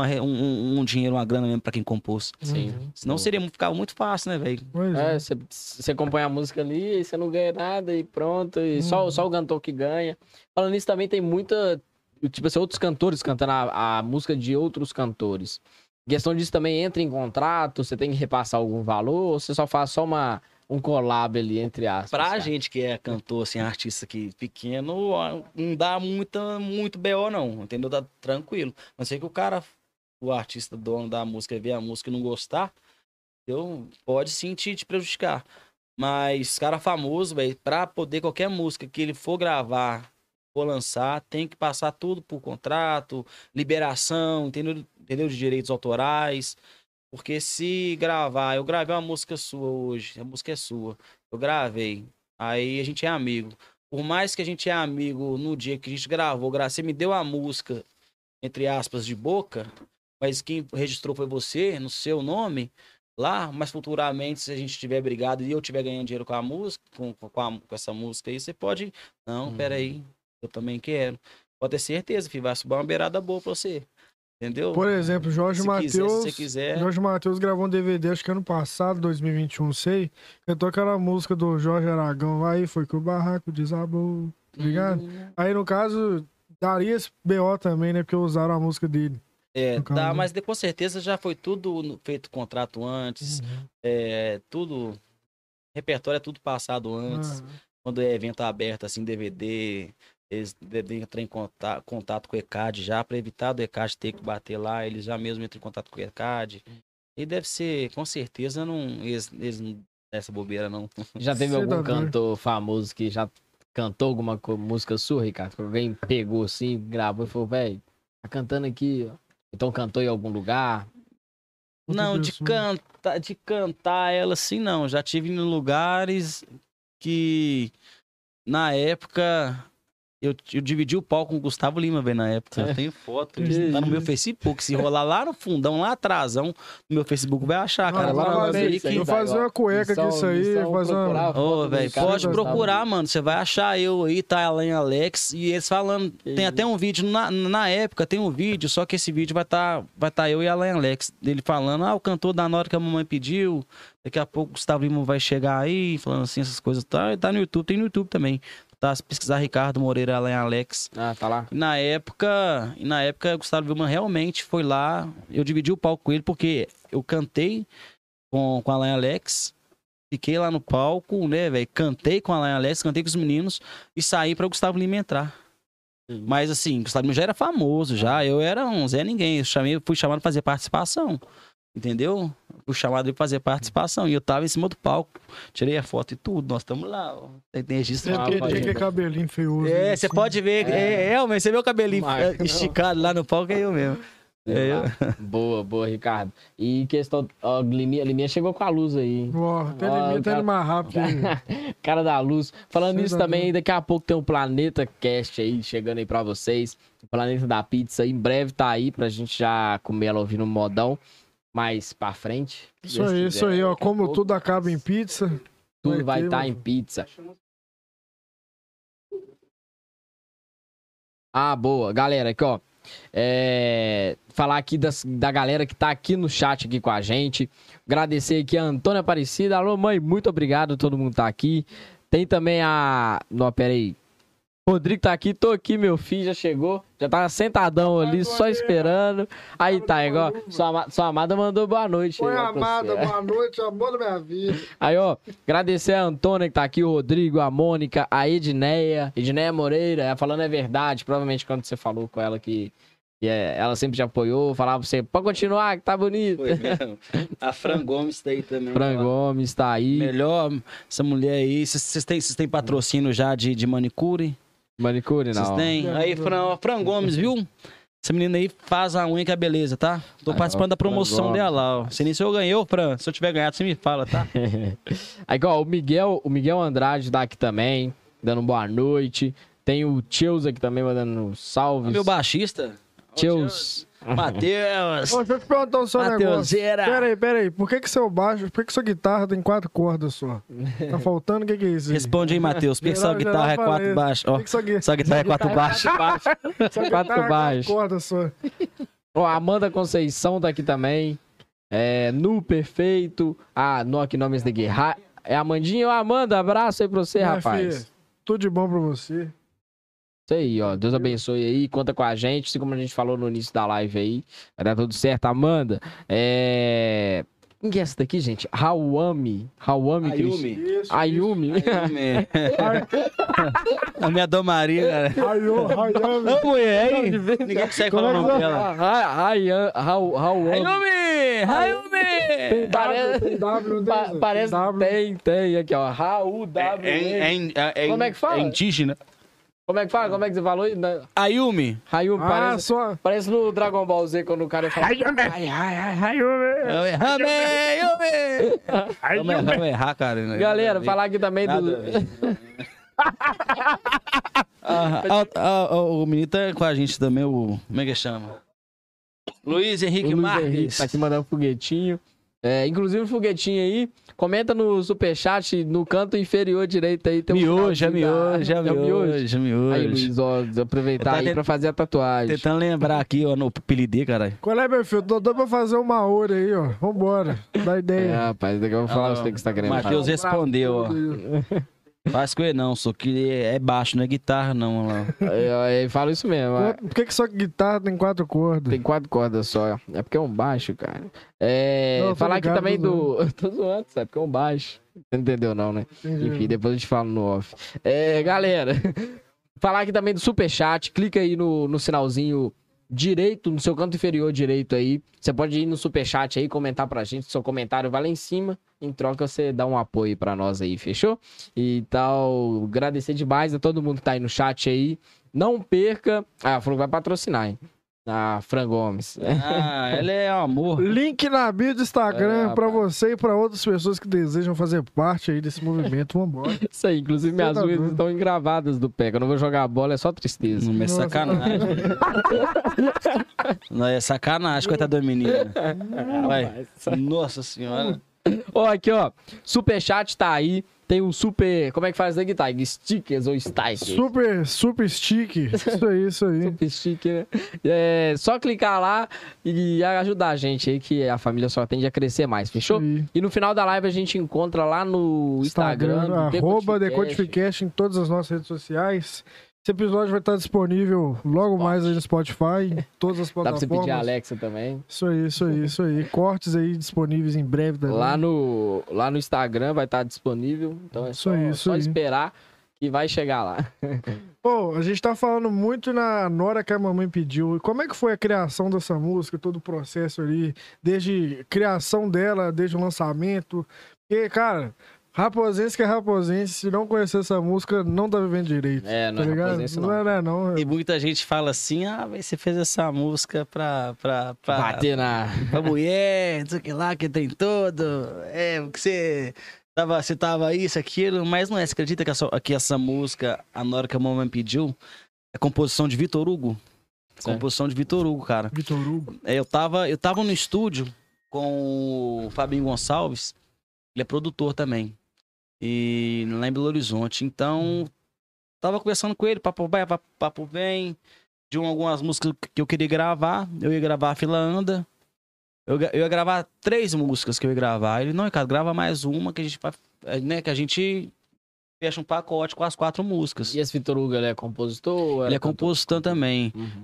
um dinheiro, uma grana mesmo pra quem compôs. Sim. Senão ficava muito fácil, né, velho? Você acompanha a música ali e você não ganha nada e pronto. E só o cantor que ganha. Falando nisso, também tem muita... Tipo assim, outros cantores cantando a música de outros cantores. Questão disso também entra em contrato, você tem que repassar algum valor, ou você só faz só um collab ali, entre aspas? Pra gente que é cantor, assim, artista aqui pequeno, não dá muito BO, não, entendeu? Tá tranquilo. Mas sei que o artista dono da música, ver a música e não gostar, entendeu? Pode sim te prejudicar. Mas cara famoso, velho, pra poder qualquer música que ele for gravar, for lançar, tem que passar tudo por contrato, liberação, entendeu? De direitos autorais. Porque se gravar, eu gravei uma música sua hoje, a música é sua, eu gravei, aí a gente é amigo. Por mais que a gente é amigo no dia que a gente gravou, você me deu a música, entre aspas, de boca, mas quem registrou foi você, no seu nome, lá, mas futuramente, se a gente tiver brigado e eu tiver ganhando dinheiro com a música, com essa música aí, você pode, não, peraí, eu também quero. Pode ter certeza, filho, vai subir uma beirada boa pra você. Entendeu? Por exemplo, Jorge Mateus. Se quiser. Jorge Mateus gravou um DVD, acho que ano passado, 2021, não sei. Cantou aquela música do Jorge Aragão. Aí foi que o barraco desabou. Tá ligado? Aí, no caso, daria esse BO também, né? Porque usaram a música dele. Dá, mas com certeza já foi tudo feito contrato antes. Tudo. Repertório é tudo passado antes. Quando é evento aberto, assim, DVD. Eles devem entrar em contato com o ECAD já, para evitar do ECAD ter que bater lá, eles já mesmo entram em contato com o ECAD. E deve ser, com certeza, eles não dão essa bobeira, não. Já teve algum cantor famoso que já cantou alguma música sua, Ricardo? Alguém pegou assim, gravou e falou, velho, tá cantando aqui, ó. Então cantou em algum lugar? Não, de cantar ela assim, não. Já tive em lugares que, na época... Eu dividi o palco com o Gustavo Lima, velho, na época. Eu tenho foto, tá no meu Facebook. Se rolar lá no fundão, lá atrásão, no meu Facebook, vai achar, cara. Vou fazer uma cueca disso aí. Velho, pode procurar, mano. Você vai achar eu aí, tá Alan Alex. E eles falando, tem até um vídeo, na época tem um vídeo, só que esse vídeo vai tá eu e Alan Alex. Dele falando, o cantor da nota que a mamãe pediu. Daqui a pouco o Gustavo Lima vai chegar aí, falando assim, essas coisas. Tá no YouTube, tem no YouTube também. Tá, se pesquisar Ricardo Moreira Alan Alex. Tá lá. E na época, o Gustavo Lima realmente foi lá. Eu dividi o palco com ele porque eu cantei com Alan Alex. Fiquei lá no palco, né, velho? Cantei com Alan Alex, cantei com os meninos e saí pra o Gustavo Lima entrar. Mas assim, o Gustavo Lima já era famoso, já. Eu era um Zé Ninguém. Fui chamado pra fazer participação. Entendeu? Fui chamado de fazer participação. E eu tava em cima do palco. Tirei a foto e tudo. Nós estamos lá. Ó. Tem registro. Que cabelinho feioso. Você assim. Pode ver. Mas você vê o cabelinho esticado lá no palco, é eu mesmo. Boa, Ricardo. E questão, Liminha chegou com a luz aí. Até Liminha tá indo mais rápido. Cara da luz. Falando nisso também, daqui a pouco tem um Planeta Cast aí, chegando aí pra vocês. O Planeta da Pizza, em breve tá aí pra gente já comer ela ouvindo no modão. Mais pra frente. Isso aí, ó. Como tudo acaba em pizza. Tudo vai estar em pizza. Boa. Galera, aqui, ó. Falar aqui da galera que tá aqui no chat aqui com a gente. Agradecer aqui a Antônia Aparecida. Alô, mãe, muito obrigado. Todo mundo tá aqui. Tem também Não, pera aí. Rodrigo tá aqui, tô aqui, meu filho, já chegou. Já tava sentadão ali, só esperando. Aí tá, igual. Sua amada mandou boa noite. Oi, amada, boa noite, amor da minha vida. Aí, ó, agradecer a Antônia que tá aqui, o Rodrigo, a Mônica, a Edneia Moreira, ela falando é verdade, provavelmente quando você falou com ela que ela sempre te apoiou, falava pra você, pode continuar, que tá bonito. Foi mesmo. A Fran Gomes tá aí também. Fran Gomes tá aí. Melhor, essa mulher aí. Vocês têm patrocínio já de manicure? Manicure, não. Vocês têm? Aí, Fran Gomes, viu? Essa menina aí faz a unha que é beleza, tá? Tô participando da promoção dela lá, ó. Se nem se eu ganhei, Fran, se eu tiver ganhado, você me fala, tá? Aí, igual, o Miguel Andrade tá aqui também, dando boa noite. Tem o Cheus aqui também, mandando salves. Meu baixista. Cheus. Matheus. Ô, deixa eu te perguntar o seu negócio. Mateuseira. Pera aí. Por que seu baixo, por que sua guitarra tem 4 cordas só? Tá faltando? O que é isso aí? Responde aí, Matheus. Por que sua Geral guitarra é fala 4 isso. baixos? Por Ó, que sua sua guitarra é 4 baixos. Sua guitarra Quatro é baixos. 4 cordas só. Ó, a Amanda Conceição tá aqui também. Nu Perfeito. No aqui nomes daqui. É Amandinha. Ô, Amanda, abraço aí pra você, Minha rapaz. filha, tudo de bom pra você. Isso aí, ó. Deus abençoe aí. Conta com a gente. Assim como a gente falou no início da live aí. Vai dar tudo certo, Amanda. Quem que é essa daqui, gente? Rauami. Ayumi. Isso. Ayumi. A minha Dom Maria, cara. Ayumi. Ô, mulher, aí. Ninguém consegue falar o nome dela. Rauami. Ayumi! Tem W, não Parece tem aqui, ó. Raul W. Como é que fala? É indígena. Como é que fala? Como é que você falou? Ayumi. Rayumi, parece no Dragon Ball Z quando o cara fala. Vamos errar, cara. Né? Galera, falar aqui também do. O menino tá com a gente também, como é que chama? Luiz Henrique Marques. Tá aqui mandando um foguetinho. Inclusive o foguetinho aí, comenta no superchat, no canto inferior direito aí. Tem miojo. Aí, Luiz, ó, aproveitar aí pra fazer a tatuagem. Tentando lembrar aqui, ó, no apelidê, caralho. Qual é, meu filho? Tô doido pra fazer uma hora aí, ó. Vambora. Dá ideia. Rapaz, daqui eu vou falar você que você tá querendo. Matheus respondeu, ó. Faz com ele não, só que é baixo, não é guitarra não, lá. Fala isso mesmo. Por que sua guitarra tem 4 cordas? Tem 4 cordas só. É porque é um baixo, cara. Não, falar ligado, aqui também do. Tô zoando, sabe? Porque é um baixo. Você entendeu, não, né? Entendi. Enfim, depois a gente fala no off. Galera, falar aqui também do superchat. Clica aí no sinalzinho direito, no seu canto inferior direito aí. Você pode ir no superchat aí, comentar pra gente. Seu comentário vai lá em cima. Em troca, você dá um apoio pra nós aí, fechou? Então, agradecer demais a todo mundo que tá aí no chat aí. Não perca. Falou que vai patrocinar, hein? A Fran Gomes. Ela é amor. Link na bio do Instagram pra rapaz. você e pra outras pessoas que desejam fazer parte aí desse movimento. Vambora. Isso aí, inclusive minhas tá unhas doido. estão engravadas do pé. Quando eu não vou jogar bola, é só tristeza. Não é sacanagem. Não, é sacanagem, coitada da menina. Vai. Nossa senhora. Ó, aqui, ó. Superchat tá aí. Tem um super. Como é que faz isso aqui, tá? Stickers ou stickers? Super stick. Isso aí. Super sticker, né? Só clicar lá e ajudar a gente aí, que a família só tende a crescer mais, fechou? Isso aí. E no final da live a gente encontra lá no Instagram. do @Decodificast em todas as nossas redes sociais. Esse episódio vai estar disponível logo mais aí no Spotify, em todas as Dá pra você plataformas. pedir a Alexa também. Isso aí. Cortes aí disponíveis em breve também. Lá no Instagram vai estar disponível. Então é Isso aí, isso só aí. esperar que vai chegar lá. Pô, a gente tá falando muito na Nora que a mamãe pediu. E como é que foi a criação dessa música, todo o processo ali, desde criação dela, desde o lançamento? Porque, cara, Raposense que é Raposense, se não conhecer essa música, não tá vivendo direito. Não é ligado? Raposense, não. Não. E muita gente fala assim, você fez essa música pra Bater pra mulher, não sei o que lá, que tem todo. Porque você tava isso, aquilo, mas não é. Você acredita que essa música, a Nora que a mamãe pediu, é composição de Vitor Hugo? Certo. Composição de Vitor Hugo, cara. Vitor Hugo. Eu tava no estúdio com o Fabinho Gonçalves, ele é produtor também, e lá em Belo Horizonte. Então, tava conversando com ele, papo vai, papo vem, de algumas músicas que eu queria gravar. Eu ia gravar a Fila Anda. Eu ia gravar 3 músicas que eu ia gravar. Ele, não, cara, grava mais uma que a gente, né, que a gente fecha um pacote com as 4 músicas. E esse Vitor Hugo, ele é compositor? Ele é compositor também. Uhum.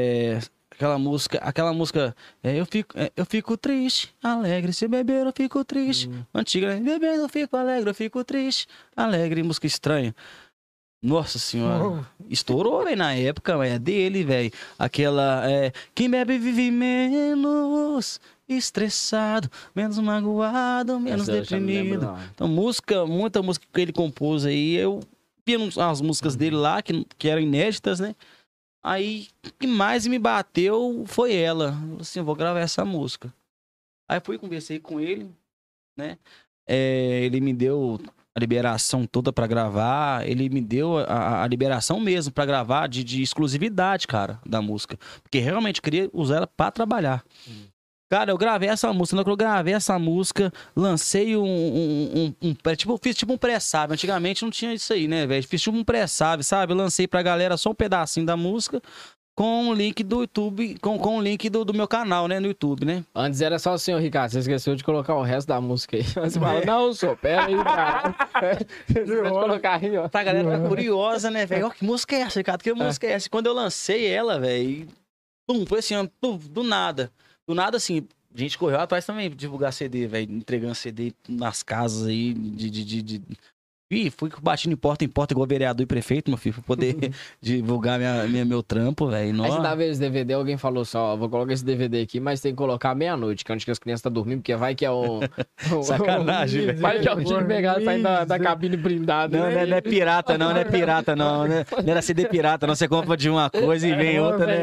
Aquela música, eu fico triste, alegre, se beber eu fico triste. Antiga, né? Bebendo eu fico alegre, eu fico triste, alegre, música estranha. Nossa senhora, estourou, velho, na época, é dele, velho. Aquela, quem bebe vive menos estressado, menos magoado, menos Essa eu já não lembro, deprimido. não. Então, muita música que ele compôs aí, eu vi as músicas dele lá, que eram inéditas, né? Aí, o que mais me bateu foi ela. Falei assim, eu vou gravar essa música. Aí fui, conversei com ele, né? Ele me deu a liberação toda pra gravar. Ele me deu a liberação mesmo pra gravar de exclusividade, cara, da música. Porque realmente eu queria usar ela pra trabalhar. Cara, eu gravei essa música. Na hora que eu gravei essa música, lancei fiz tipo um pré-save. Antigamente não tinha isso aí, né, velho? Fiz tipo um pré-save, sabe? Lancei pra galera só um pedacinho da música com o link do YouTube, com o link do meu canal, né, no YouTube, né? Antes era só assim, ô Ricardo, você esqueceu de colocar o resto da música aí. Mas você fala, não, só, pera aí, cara. Você pode colocar aí, ó. Pra galera tá curiosa, né, velho? Ó, que música é essa, Ricardo? Que música é essa? Quando eu lancei ela, velho, pum, foi assim, do nada. Do nada, assim, a gente correu atrás também de divulgar CD, velho. Entregando CD nas casas aí, Ih, fui batendo em porta igual vereador e prefeito, meu filho, pra poder divulgar meu trampo, velho. Aí você tava vendo esse DVD, alguém falou só, vou colocar esse DVD aqui, mas tem que colocar meia-noite, que é onde que as crianças estão dormindo, porque vai que é um... Sacanagem, velho. Vai que é um time pegado saindo da cabine blindada. Não, não é pirata, não é pirata, não. Não era CD pirata, não. Você compra de uma coisa e vem outra, né?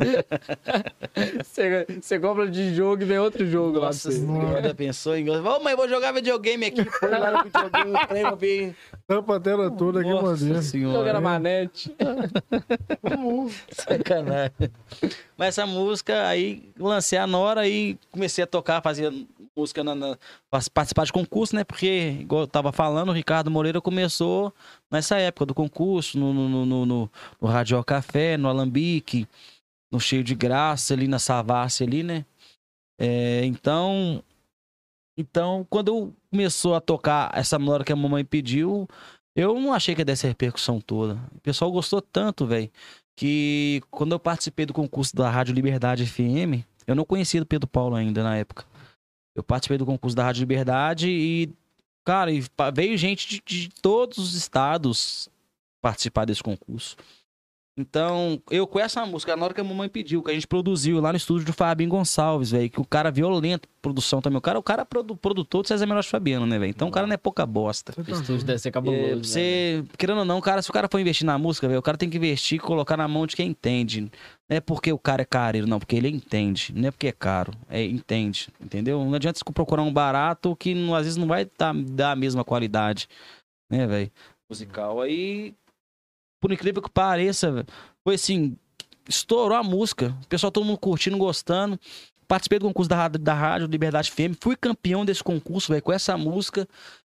Você compra de jogo e vem outro jogo lá. Nossa senhora, pensou em... Ô, mãe, vou jogar videogame aqui. Foi lá no videogame, trem, vi. Tampa a tela toda aqui, mano. Nossa senhora. Jogando a manete. Sacanagem. Mas essa música aí, lancei a Nora e comecei a tocar, fazer música, participar de concurso, né? Porque, igual eu tava falando, o Ricardo Moreira começou nessa época do concurso, no Radio Café, no Alambique, no Cheio de Graça, ali na Savassi, ali, né? Então, quando começou a tocar essa Nora que a mamãe pediu, eu não achei que ia dar essa repercussão toda. O pessoal gostou tanto, velho, que quando eu participei do concurso da Rádio Liberdade FM, eu não conhecia o Pedro Paulo ainda na época. Eu participei do concurso da Rádio Liberdade e, cara, veio gente de todos os estados participar desse concurso. Então, eu com essa música, na hora que a mamãe pediu, que a gente produziu lá no estúdio do Fabinho Gonçalves, velho, que o cara violento, produção também. O cara é produtor do César Menotti Fabiano, né, velho? Então o cara não é pouca bosta. O estúdio deve ser cabuloso. Querendo ou não, se o cara for investir na música, velho, o cara tem que investir e colocar na mão de quem entende. Não é porque o cara é careiro, não, porque ele entende. Não é porque é caro, entende, entendeu? Não adianta você procurar um barato que às vezes não vai dar a mesma qualidade, né, velho? Musical. Aí, por incrível que pareça, foi assim, estourou a música. O pessoal, todo mundo curtindo, gostando. Participei do concurso da Rádio Liberdade FM. Fui campeão desse concurso, velho, com essa música.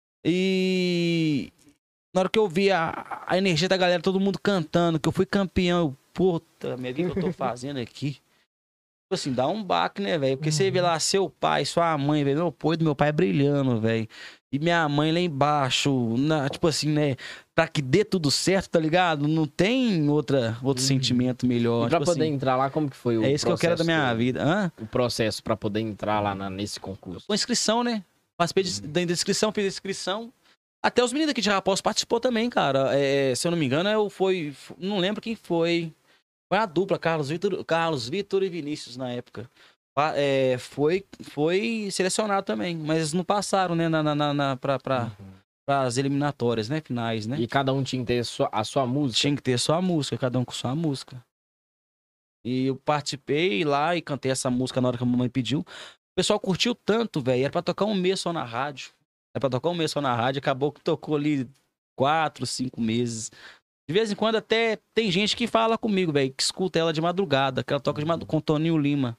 E na hora que eu vi a energia da galera, todo mundo cantando, que eu fui campeão, eu, puta, merda, o que eu tô fazendo aqui? Tipo assim, dá um baque, né, velho? Porque você vê lá seu pai, sua mãe, velho. Meu pai do meu pai brilhando, velho. E minha mãe lá embaixo, tipo assim, né? Pra que dê tudo certo, tá ligado? Não tem outro sentimento melhor. E pra tipo poder assim, entrar lá, como que foi o é isso que eu quero da minha vida. Hã? O processo pra poder entrar lá nesse concurso? Com inscrição, né? Participei da inscrição, fiz a inscrição. Até os meninos aqui de Raposo participou também, cara. Se eu não me engano, não lembro quem foi. Foi a dupla, Carlos Vitor e Vinícius, na época. Foi selecionado também, mas eles não passaram, né, para as eliminatórias, né, finais, né? E cada um tinha que ter a sua música? Tinha que ter sua música, cada um com sua música. E eu participei lá e cantei essa música na hora que a mamãe pediu. O pessoal curtiu tanto, velho, era pra tocar um mês só na rádio. Acabou que tocou ali 4, 5 meses. De vez em quando até tem gente que fala comigo, velho, que escuta ela de madrugada, que ela toca com o Toninho Lima.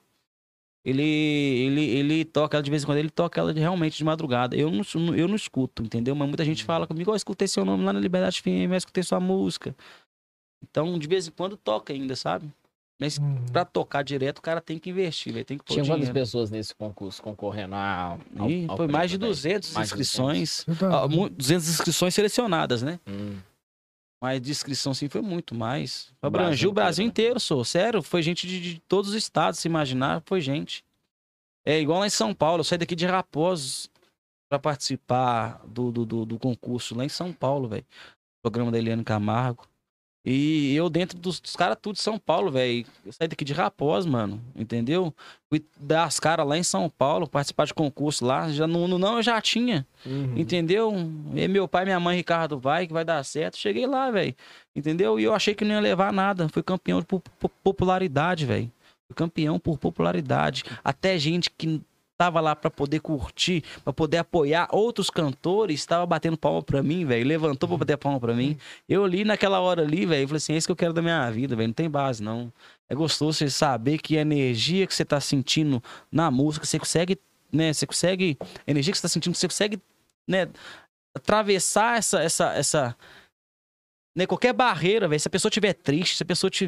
Ele toca ela de vez em quando, ele toca ela realmente de madrugada. Eu não escuto, entendeu? Mas muita gente fala comigo, eu escutei seu nome lá na Liberdade FM, eu escutei sua música. Então, de vez em quando toca ainda, sabe? Mas pra tocar direto, o cara tem que investir, velho, tem que pôr Tinha dinheiro. quantas pessoas nesse concurso concorrendo ao Foi mais de 200 inscrições. 200 inscrições selecionadas, né? Mas de inscrição, sim, foi muito mais. Abrangiu o Brasil inteiro, sério. Foi gente de todos os estados, se imaginar, foi gente. É igual lá em São Paulo. Eu saí daqui de Raposos pra participar do concurso lá em São Paulo, velho. Programa da Eliane Camargo. E eu dentro dos caras tudo de São Paulo, velho. Eu saí daqui de Raposa, mano, entendeu? Fui dar as caras lá em São Paulo, participar de concurso lá. Já não eu já tinha, entendeu? E meu pai e minha mãe, Ricardo, vai que vai dar certo. Cheguei lá, velho, entendeu? E eu achei que não ia levar nada. Fui campeão por popularidade, velho. Fui campeão por popularidade. Até gente que tava lá pra poder curtir, pra poder apoiar outros cantores, tava batendo palma pra mim, velho. Levantou pra bater palma pra mim. Eu li naquela hora ali, velho, falei assim, é isso que eu quero da minha vida, velho. Não tem base, não. É gostoso você saber que a energia que você tá sentindo na música, você consegue, né? Você consegue. A energia que você tá sentindo, você consegue, né? Atravessar essa né, qualquer barreira, velho. Se a pessoa estiver triste, se a pessoa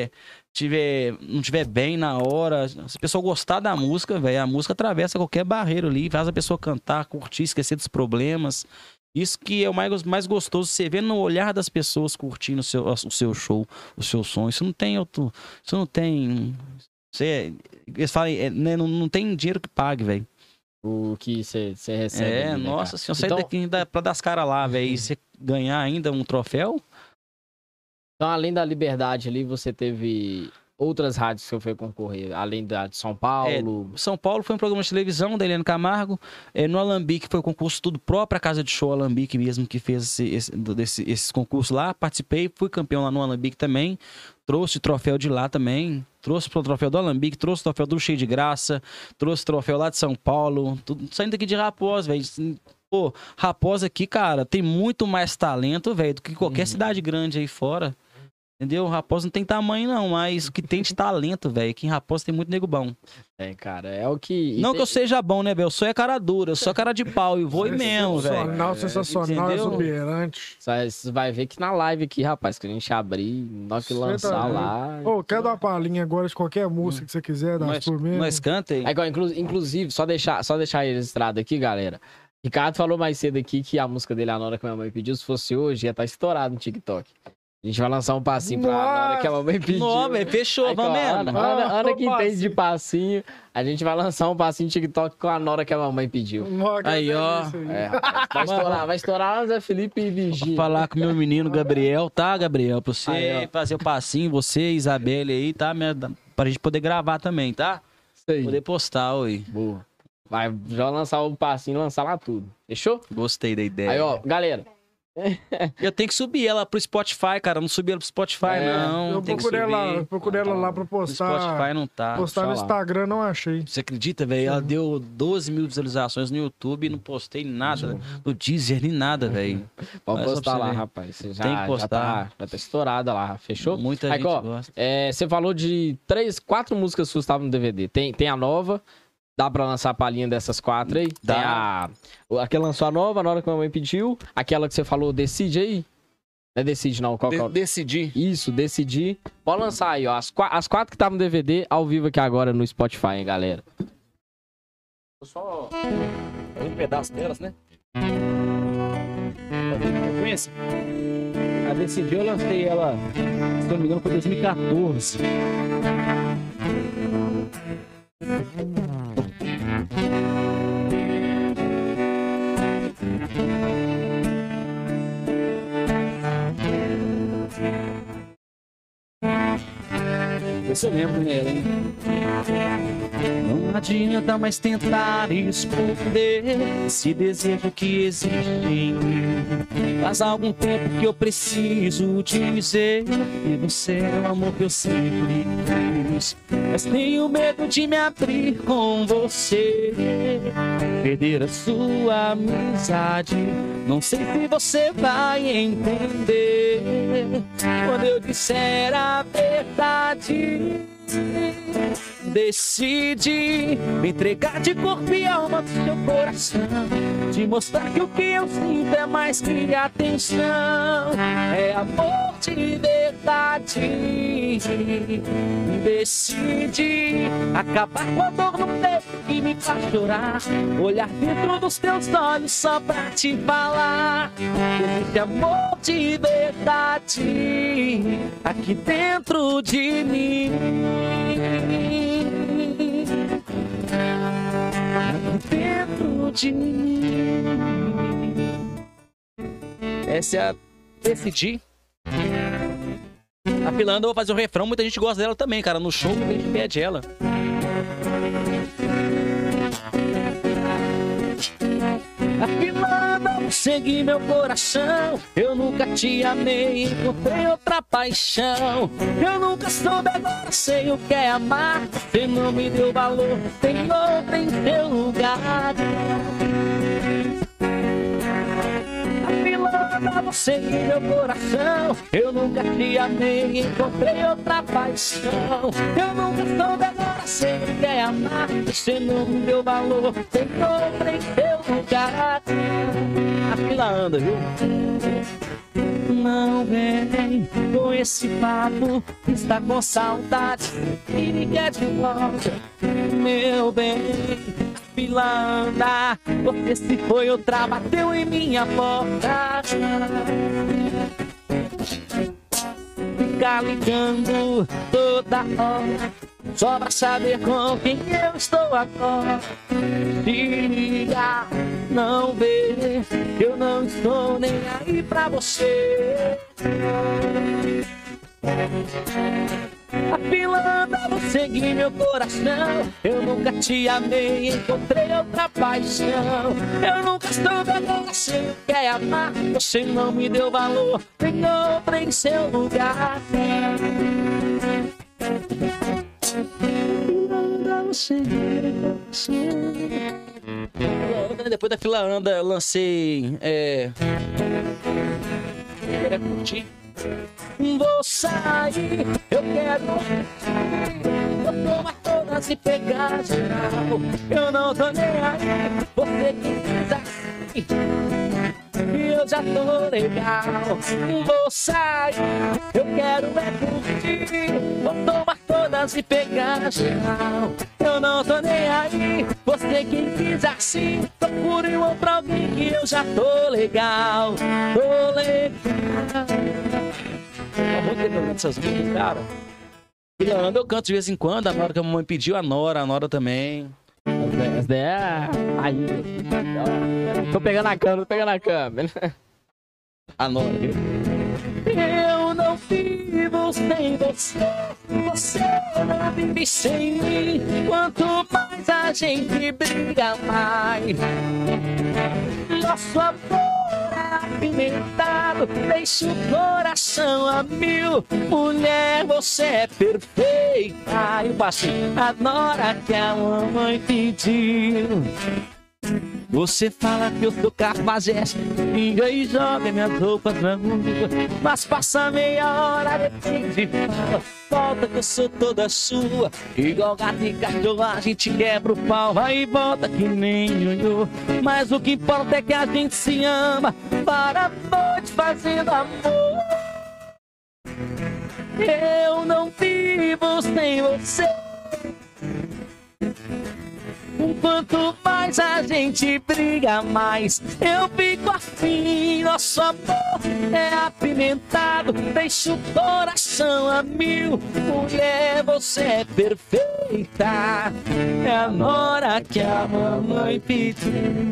não estiver bem na hora, se a pessoa gostar da música, velho, a música atravessa qualquer barreira ali, faz a pessoa cantar, curtir, esquecer dos problemas. Isso que é o mais gostoso, você vê no olhar das pessoas curtindo o seu show, o seu som. Isso não tem outro. Isso não tem. Eles falam, né, não tem dinheiro que pague, velho. O que você recebe. Ali, né, nossa, cara? se eu sair Então, daqui pra dar as caras lá, velho, e você ganhar ainda um troféu. então, além da Liberdade ali, você teve outras rádios que você foi concorrer, além da de São Paulo. São Paulo foi um programa de televisão da Helena Camargo. No Alambique foi o concurso tudo próprio, a casa de show Alambique mesmo que fez esses concursos lá. Participei, fui campeão lá no Alambique também. Trouxe troféu de lá também. Trouxe o troféu do Alambique, trouxe o troféu do Cheio de Graça, trouxe troféu lá de São Paulo. Tudo saindo aqui de Raposa, velho. Pô, Raposa aqui, cara, tem muito mais talento, velho, do que qualquer cidade grande aí fora. Entendeu? Raposa não tem tamanho, não, mas o que tem de talento, velho. Aqui em Raposa tem muito nego bom. Cara, é o que. Não que eu seja bom, né, velho? Eu sou cara dura, eu sou cara de pau e vou mesmo, velho. Sensacional, exuberante. Você vai ver que na live aqui, rapaz, que a gente abrir, na hora que lançar lá. Quer dar uma palhinha agora de qualquer música que você quiser, dar por mim? Nós canta aí. Inclusive, só deixar registrado aqui, galera. Ricardo falou mais cedo aqui que a música dele, a hora que minha mãe pediu, se fosse hoje, ia estar estourado no TikTok. A gente vai lançar um passinho pra na hora que a mamãe pediu. Não, velho, fechou, Aí, vamos mesmo. Ana que entende de passinho, a gente vai lançar um passinho TikTok com a Nora que a mamãe pediu. Aí, ó. Rapaz, vai estourar Zé Felipe e Virgínia. Vou falar com meu menino Gabriel, tá, Gabriel? Pra você fazer o passinho, você, Isabelle aí, tá? Pra gente poder gravar também, tá? Isso aí. Poder postar, oi. Boa. Vai já lançar o passinho, lançar lá tudo. Fechou? Gostei da ideia. Aí, ó, galera. Eu tenho que subir ela pro Spotify, cara. Eu não subi ela pro Spotify, não. Eu procurei ela lá pra postar. No Spotify não tá. Postar no Instagram, não achei. Você acredita, velho? Ela deu 12 mil visualizações no YouTube e não postei nada. No Deezer, nem nada, velho. Pode postar lá, rapaz. Você tem que postar. Já tá estourada lá, fechou? Muita gente gosta. Você falou de 4 músicas que estavam no DVD. Tem a nova. Dá pra lançar a palhinha dessas 4 aí? Dá. Tem aquela lançou a nova, na hora que a mamãe pediu. Aquela que você falou, Decide aí? Não é Decide, não. Decidi. Isso, Decidi. Pode lançar aí, ó. As 4 que estavam no DVD, ao vivo aqui agora no Spotify, hein, galera. Vou só um pedaço delas, né? Frequência. A Decidi eu lancei ela, se não me engano, foi em 2014. Você lembra dela, hein? Não adianta mais tentar esconder esse desejo que existe em mim. Faz algum tempo que eu preciso dizer que você é o amor que eu sempre quis. Mas tenho medo de me abrir com você, perder a sua amizade. Não sei se você vai entender quando eu disser a verdade. Decidi me entregar de corpo e alma do seu coração, de mostrar que o que eu sinto é mais que atenção, é amor de verdade. Decidi acabar com a dor no peito que me faz chorar, olhar dentro dos teus olhos só pra te falar que existe amor de verdade aqui dentro de mim. Aqui dentro de mim. Essa é a Decidi. Pilanda, eu vou fazer o refrão, muita gente gosta dela também, cara. No show, muita gente pede ela. A Pilanda, segui meu coração. Eu nunca te amei, encontrei outra paixão. Eu nunca soube, agora sei o que é amar. Você não me deu valor, tem outra em seu lugar. Você em meu coração, eu nunca te amei, encontrei outra paixão. Eu nunca soube, agora sei o que é amar. Você não me deu valor, tem outra em seu lugar. A fila anda, viu? Não vem com esse papo, está com saudade e me quer de volta, meu bem. Fila anda, você se foi, outra bateu em minha porta. Fica ligando toda hora, só pra saber com quem eu estou agora. Se liga, não vê, eu não estou nem aí pra você. A Pilanda, vou seguir meu coração. Eu nunca te amei, encontrei outra paixão. Eu nunca soube, agora sei o que é amar. Você não me deu valor, tem outra em seu lugar. Pilanda, vou seguir meu coração. Depois da Fila Anda, eu lancei. Quer curtir? Vou sair, eu quero vou tomar todas e pegar geral. Eu não tô nem aí, você que quis assim, eu já tô legal. Vou sair, eu quero curtir, vou tomar todas e pegar geral. Eu não tô nem aí, você que quis assim, procure outro alguém que eu já tô legal. Tô legal. É muito legal essas músicas, cara. Pilanda eu canto de vez em quando, a Nora que a mamãe pediu, a Nora também. As ideias. Aí. Tô pegando a câmera, A Nora. Eu não vivo sem você, você não vive sem mim. Quanto mais a gente briga, mais nosso amor apimentado deixa o coração a mil. Mulher, você é perfeita. E o passinho, a Nora que a mamãe pediu. Você fala que eu sou cafajeste, pinga e joga minhas roupas na rua, mas passa meia hora depois de fala, volta que eu sou toda sua. Igual gato e cachorro a gente quebra o pau, vai e volta que nem nhonhô. Mas o que importa é que a gente se ama, para a noite fazendo amor. Eu não vivo sem você. Quanto mais a gente briga, mais eu fico afim. Nosso amor é apimentado, deixa o coração a mil. Mulher, você é perfeita, é a Nora que a mamãe pediu.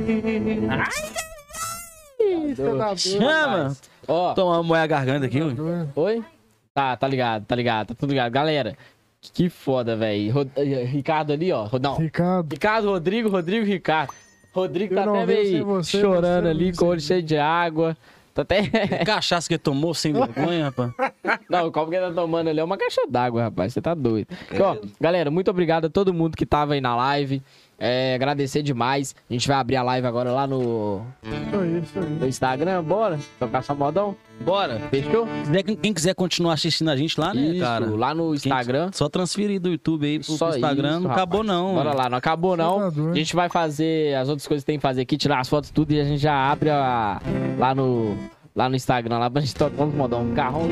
Chama! Ó, Toma uma moeda a garganta aqui. oi? Tá ligado, tá tudo ligado. Galera, que foda, velho. Ricardo ali, ó. Não. Ricardo, Rodrigo, Ricardo. Rodrigo tá até meio chorando ali, com o olho cheio de água. Tá até... Cachaça que ele tomou sem vergonha, rapaz. Não, o copo que ele tá tomando ali é uma caixa d'água, rapaz. Você tá doido. Ó, galera, muito obrigado a todo mundo que tava aí na live. Agradecer demais. A gente vai abrir a live agora lá no Instagram, bora? Tocar só modão? Bora. Fechou? Quem quiser continuar assistindo a gente lá, né, Isso, cara? lá no Instagram. Só transferir do YouTube aí pro Só Instagram. isso, não rapaz. acabou, não. Bora lá, não acabou, não. A gente vai fazer as outras coisas que tem que fazer aqui, tirar as fotos tudo e a gente já abre lá no Instagram, lá pra gente tocar uns modão. Um carrão.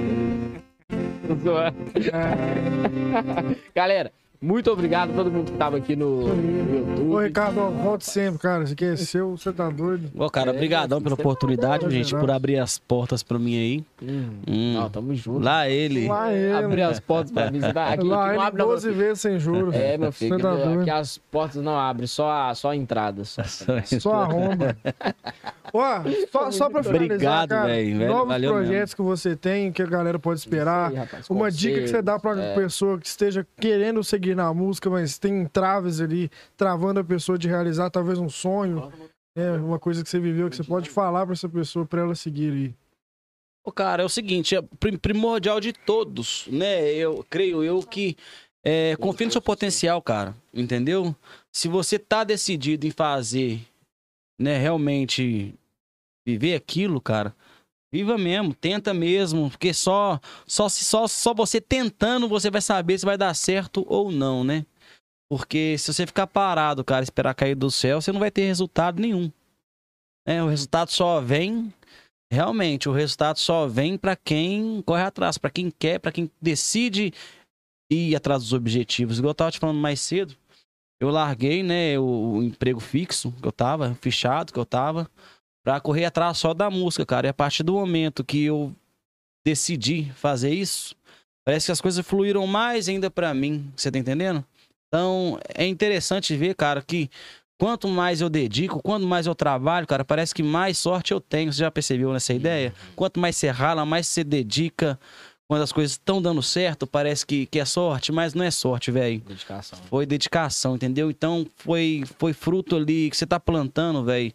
Galera, muito obrigado a todo mundo que tava aqui no YouTube. Ô, Ricardo, volte sempre, cara. Isso aqui é seu, você tá doido. Ô, cara, obrigadão pela oportunidade, gente, por abrir as portas pra mim aí. Não, tamo junto. Lá ele. Lá ele. Abrir as portas pra visitar. Aqui Lá não ele abre, não, 12 vezes sem juros. meu filho. Você tá doido. Aqui as portas não abrem, só a entrada. Só. Só arromba. Ó, só pra finalizar, Obrigado, cara, velho. novos Valeu projetos que você tem, que a galera pode esperar. Isso aí, rapaz, Uma dica que você dá pra conselhos, pessoa que esteja querendo seguir na música, mas tem entraves ali, travando a pessoa de realizar talvez um sonho, uma coisa que você viveu, que você pode falar pra essa pessoa, pra ela seguir aí. Ô, cara, é o seguinte, é primordial de todos, né? Eu creio que confie no seu potencial, cara, entendeu? Se você tá decidido em fazer, né, realmente viver aquilo, cara, viva mesmo, tenta mesmo, porque só você tentando você vai saber se vai dar certo ou não, né? Porque se você ficar parado, cara, esperar cair do céu, você não vai ter resultado nenhum. O resultado só vem, realmente, o resultado só vem pra quem corre atrás, pra quem quer, pra quem decide ir atrás dos objetivos. Igual eu tava te falando mais cedo, eu larguei, né, o emprego fixo que eu tava, fichado que eu tava, pra correr atrás só da música, cara. E a partir do momento que eu decidi fazer isso, parece que as coisas fluíram mais ainda pra mim, você tá entendendo? Então, é interessante ver, cara, que quanto mais eu dedico, quanto mais eu trabalho, cara, parece que mais sorte eu tenho. Você já percebeu nessa ideia? Quanto mais você rala, mais você dedica. Quando as coisas estão dando certo, parece que é sorte, mas não é sorte, velho. Dedicação. Foi dedicação, entendeu? Então, foi fruto ali que você tá plantando, velho.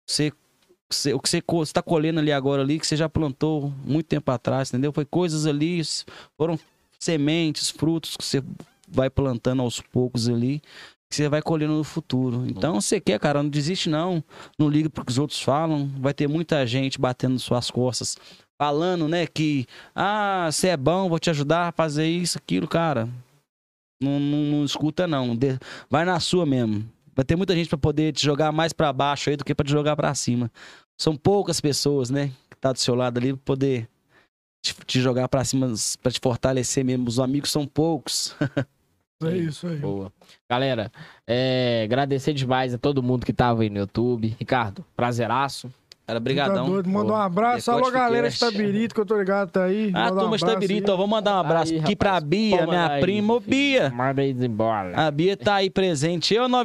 O que você tá colhendo ali agora ali, que você já plantou muito tempo atrás, entendeu? Foi coisas ali, foram sementes, frutos que você vai plantando aos poucos ali, que você vai colhendo no futuro. Então, você quer, cara, não desiste não. Não liga pro que os outros falam. Vai ter muita gente batendo nas suas costas, falando, né, que você é bom, vou te ajudar a fazer isso, aquilo, cara. Não escuta, não. Vai na sua mesmo. Vai ter muita gente pra poder te jogar mais pra baixo aí do que pra te jogar pra cima. São poucas pessoas, né, que tá do seu lado ali pra poder te jogar pra cima, pra te fortalecer mesmo. Os amigos são poucos. É isso aí. Boa. Galera, agradecer demais a todo mundo que tava aí no YouTube. Ricardo, prazeraço. Cara, Tá brigadão. doido, manda um abraço. Alô, galera de Itabirito, que eu tô ligado, tá aí. Ah, Manda um turma de abraço Itabirito, aí. ó, vou mandar um abraço Aí, aqui rapaz, pra Bia, pode minha mandar aí, prima. Ô, filho. Bia, Manda eles embora. a Bia tá aí presente. Eu,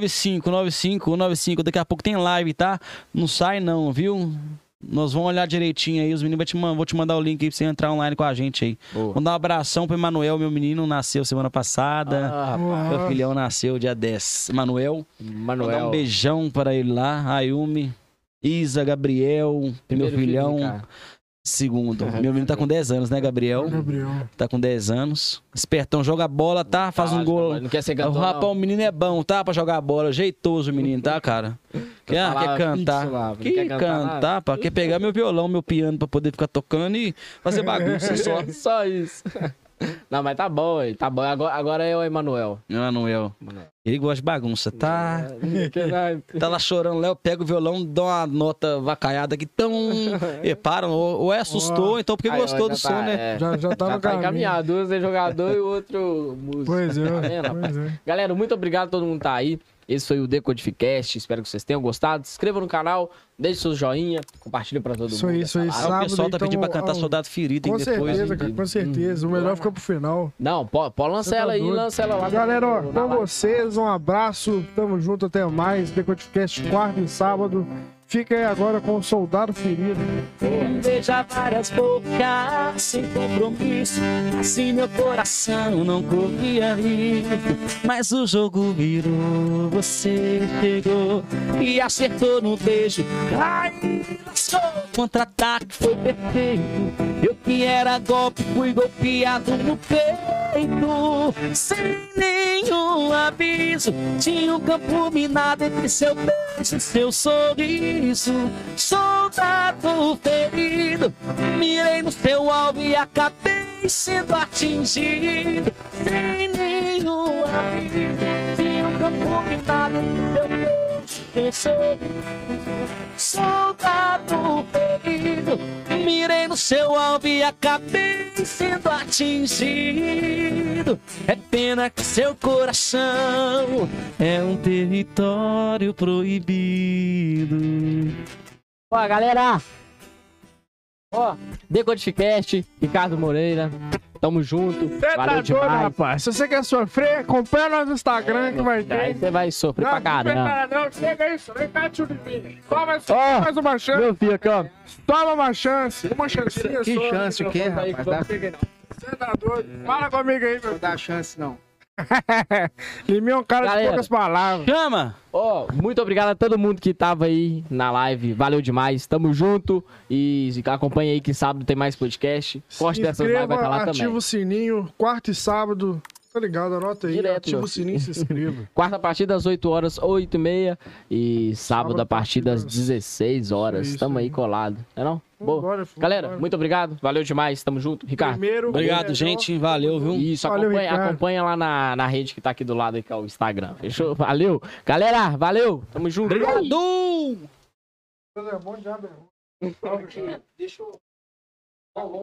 95. Daqui a pouco tem live, tá? Não sai não, viu? Nós vamos olhar direitinho aí. Os meninos vou te mandar o link aí pra você entrar online com a gente aí. Boa. Mandar um abração pro Emanuel, meu menino, nasceu semana passada. Rapaz. Meu filhão nasceu dia 10. Emanuel. Mandar um Manuel. beijão para ele lá. Ayumi, Isa, Gabriel, Primeiro meu filho, filhão. Ricardo. Segundo. Meu menino tá com 10 anos, né, Gabriel? Gabriel. Tá com 10 anos. Espertão, joga bola, tá? Faz um gol. Não quer ser O cantor, rapaz, o menino é bom, tá? Pra jogar bola. Jeitoso o menino, tá, cara? Quer falava cantar. fixo lá, não Quer quer cantar cantar, pá. Quer pegar meu violão, meu piano pra poder ficar tocando e fazer bagunça só. Só isso. Não, mas tá bom, aí, tá bom. Agora é o Emanuel. Emanuel. Ele gosta de bagunça, tá? É. Tá lá chorando, Léo, pega o violão, dá uma nota vacaiada aqui, tão... E para, ou assustou, então porque Aí, ó, gostou já do tá, som, né? Já tá Já no tá caminho. encaminhado. Um é jogador e o outro músico. Pois é, Tá vendo, rapaz? pois é. Galera, muito obrigado a todo mundo que tá aí. Esse foi o Decodificast. Espero que vocês tenham gostado. Se inscreva no canal, deixe seu joinha, compartilhe pra todo Isso mundo. aí, isso aí. essa live. Ah, o Sábado, pessoal tá então, pedindo pra cantar Soldado Ferido, Com hein, depois. certeza, cara, com certeza. O melhor fica pro final. Não, pode lançar Você tá ela aí, doido. lança ela lá. Galera, ó, na com live. vocês, um abraço. Tamo junto até mais. Decodificast quarta e sábado. Fica aí agora com o Soldado Ferido. Beija várias bocas sem compromisso. Assim meu coração não corria risco. Mas o jogo virou, você chegou e acertou no beijo. Ai, lascou. Contra-ataque foi perfeito. Eu que era golpe, fui golpeado no peito. Sem nenhum aviso. Tinha um campo minado entre seu beijo e seu sorriso. Soldado ferido, mirei no seu alvo e acabei sendo atingido. Sem nenhum aviso, tinha um campo minado entre seu beijo e seu sorriso. Soldado ferido, mirei no seu alvo e acabei sendo atingido. É pena que seu coração é um território proibido. Ó, galera. Ó, Decodificast, Ricardo Moreira. Tamo junto. Você tá Valeu doido, demais. rapaz. Se você quer sofrer, acompanha nosso Instagram que vai Aí ter. você vai sofrer pra caramba. Não, chega isso. Vem cá, tio de mim. Toma Ó, mais uma chance. meu filho aqui, ó. Toma uma chance. Uma chancinha Que só. chance o quê, rapaz? Dá- Você tá doido? Fala comigo aí, meu. Não dá chance, não. Liminho é um cara de Galera. poucas palavras. Chama! Ó, muito obrigado a todo mundo que tava aí na live. Valeu demais. Tamo junto. E acompanha aí que sábado tem mais podcast. Corte Se dessas lives vai estar lá ativa também. o sininho, quarta e sábado. Tá ligado? Anota aí. Direto, ativa meu o sininho e se inscreva. Quarta a partir das 8 horas, 8h30. E sábado a partir das 16 horas. Isso Tamo aí aí. colado. Não é não? Boa. Vambora, filho, Galera, vambora. muito obrigado. Valeu demais. Tamo junto. Ricardo. Primeiro, Obrigado, melhor. gente. Valeu, viu? Isso, Valeu, acompanha, Ricardo. acompanha lá na rede que tá aqui do lado aí, que é o Instagram. Fechou? Valeu. Galera, valeu. Tamo junto. Obrigado! É bom diabo, é ruim. Deixa eu...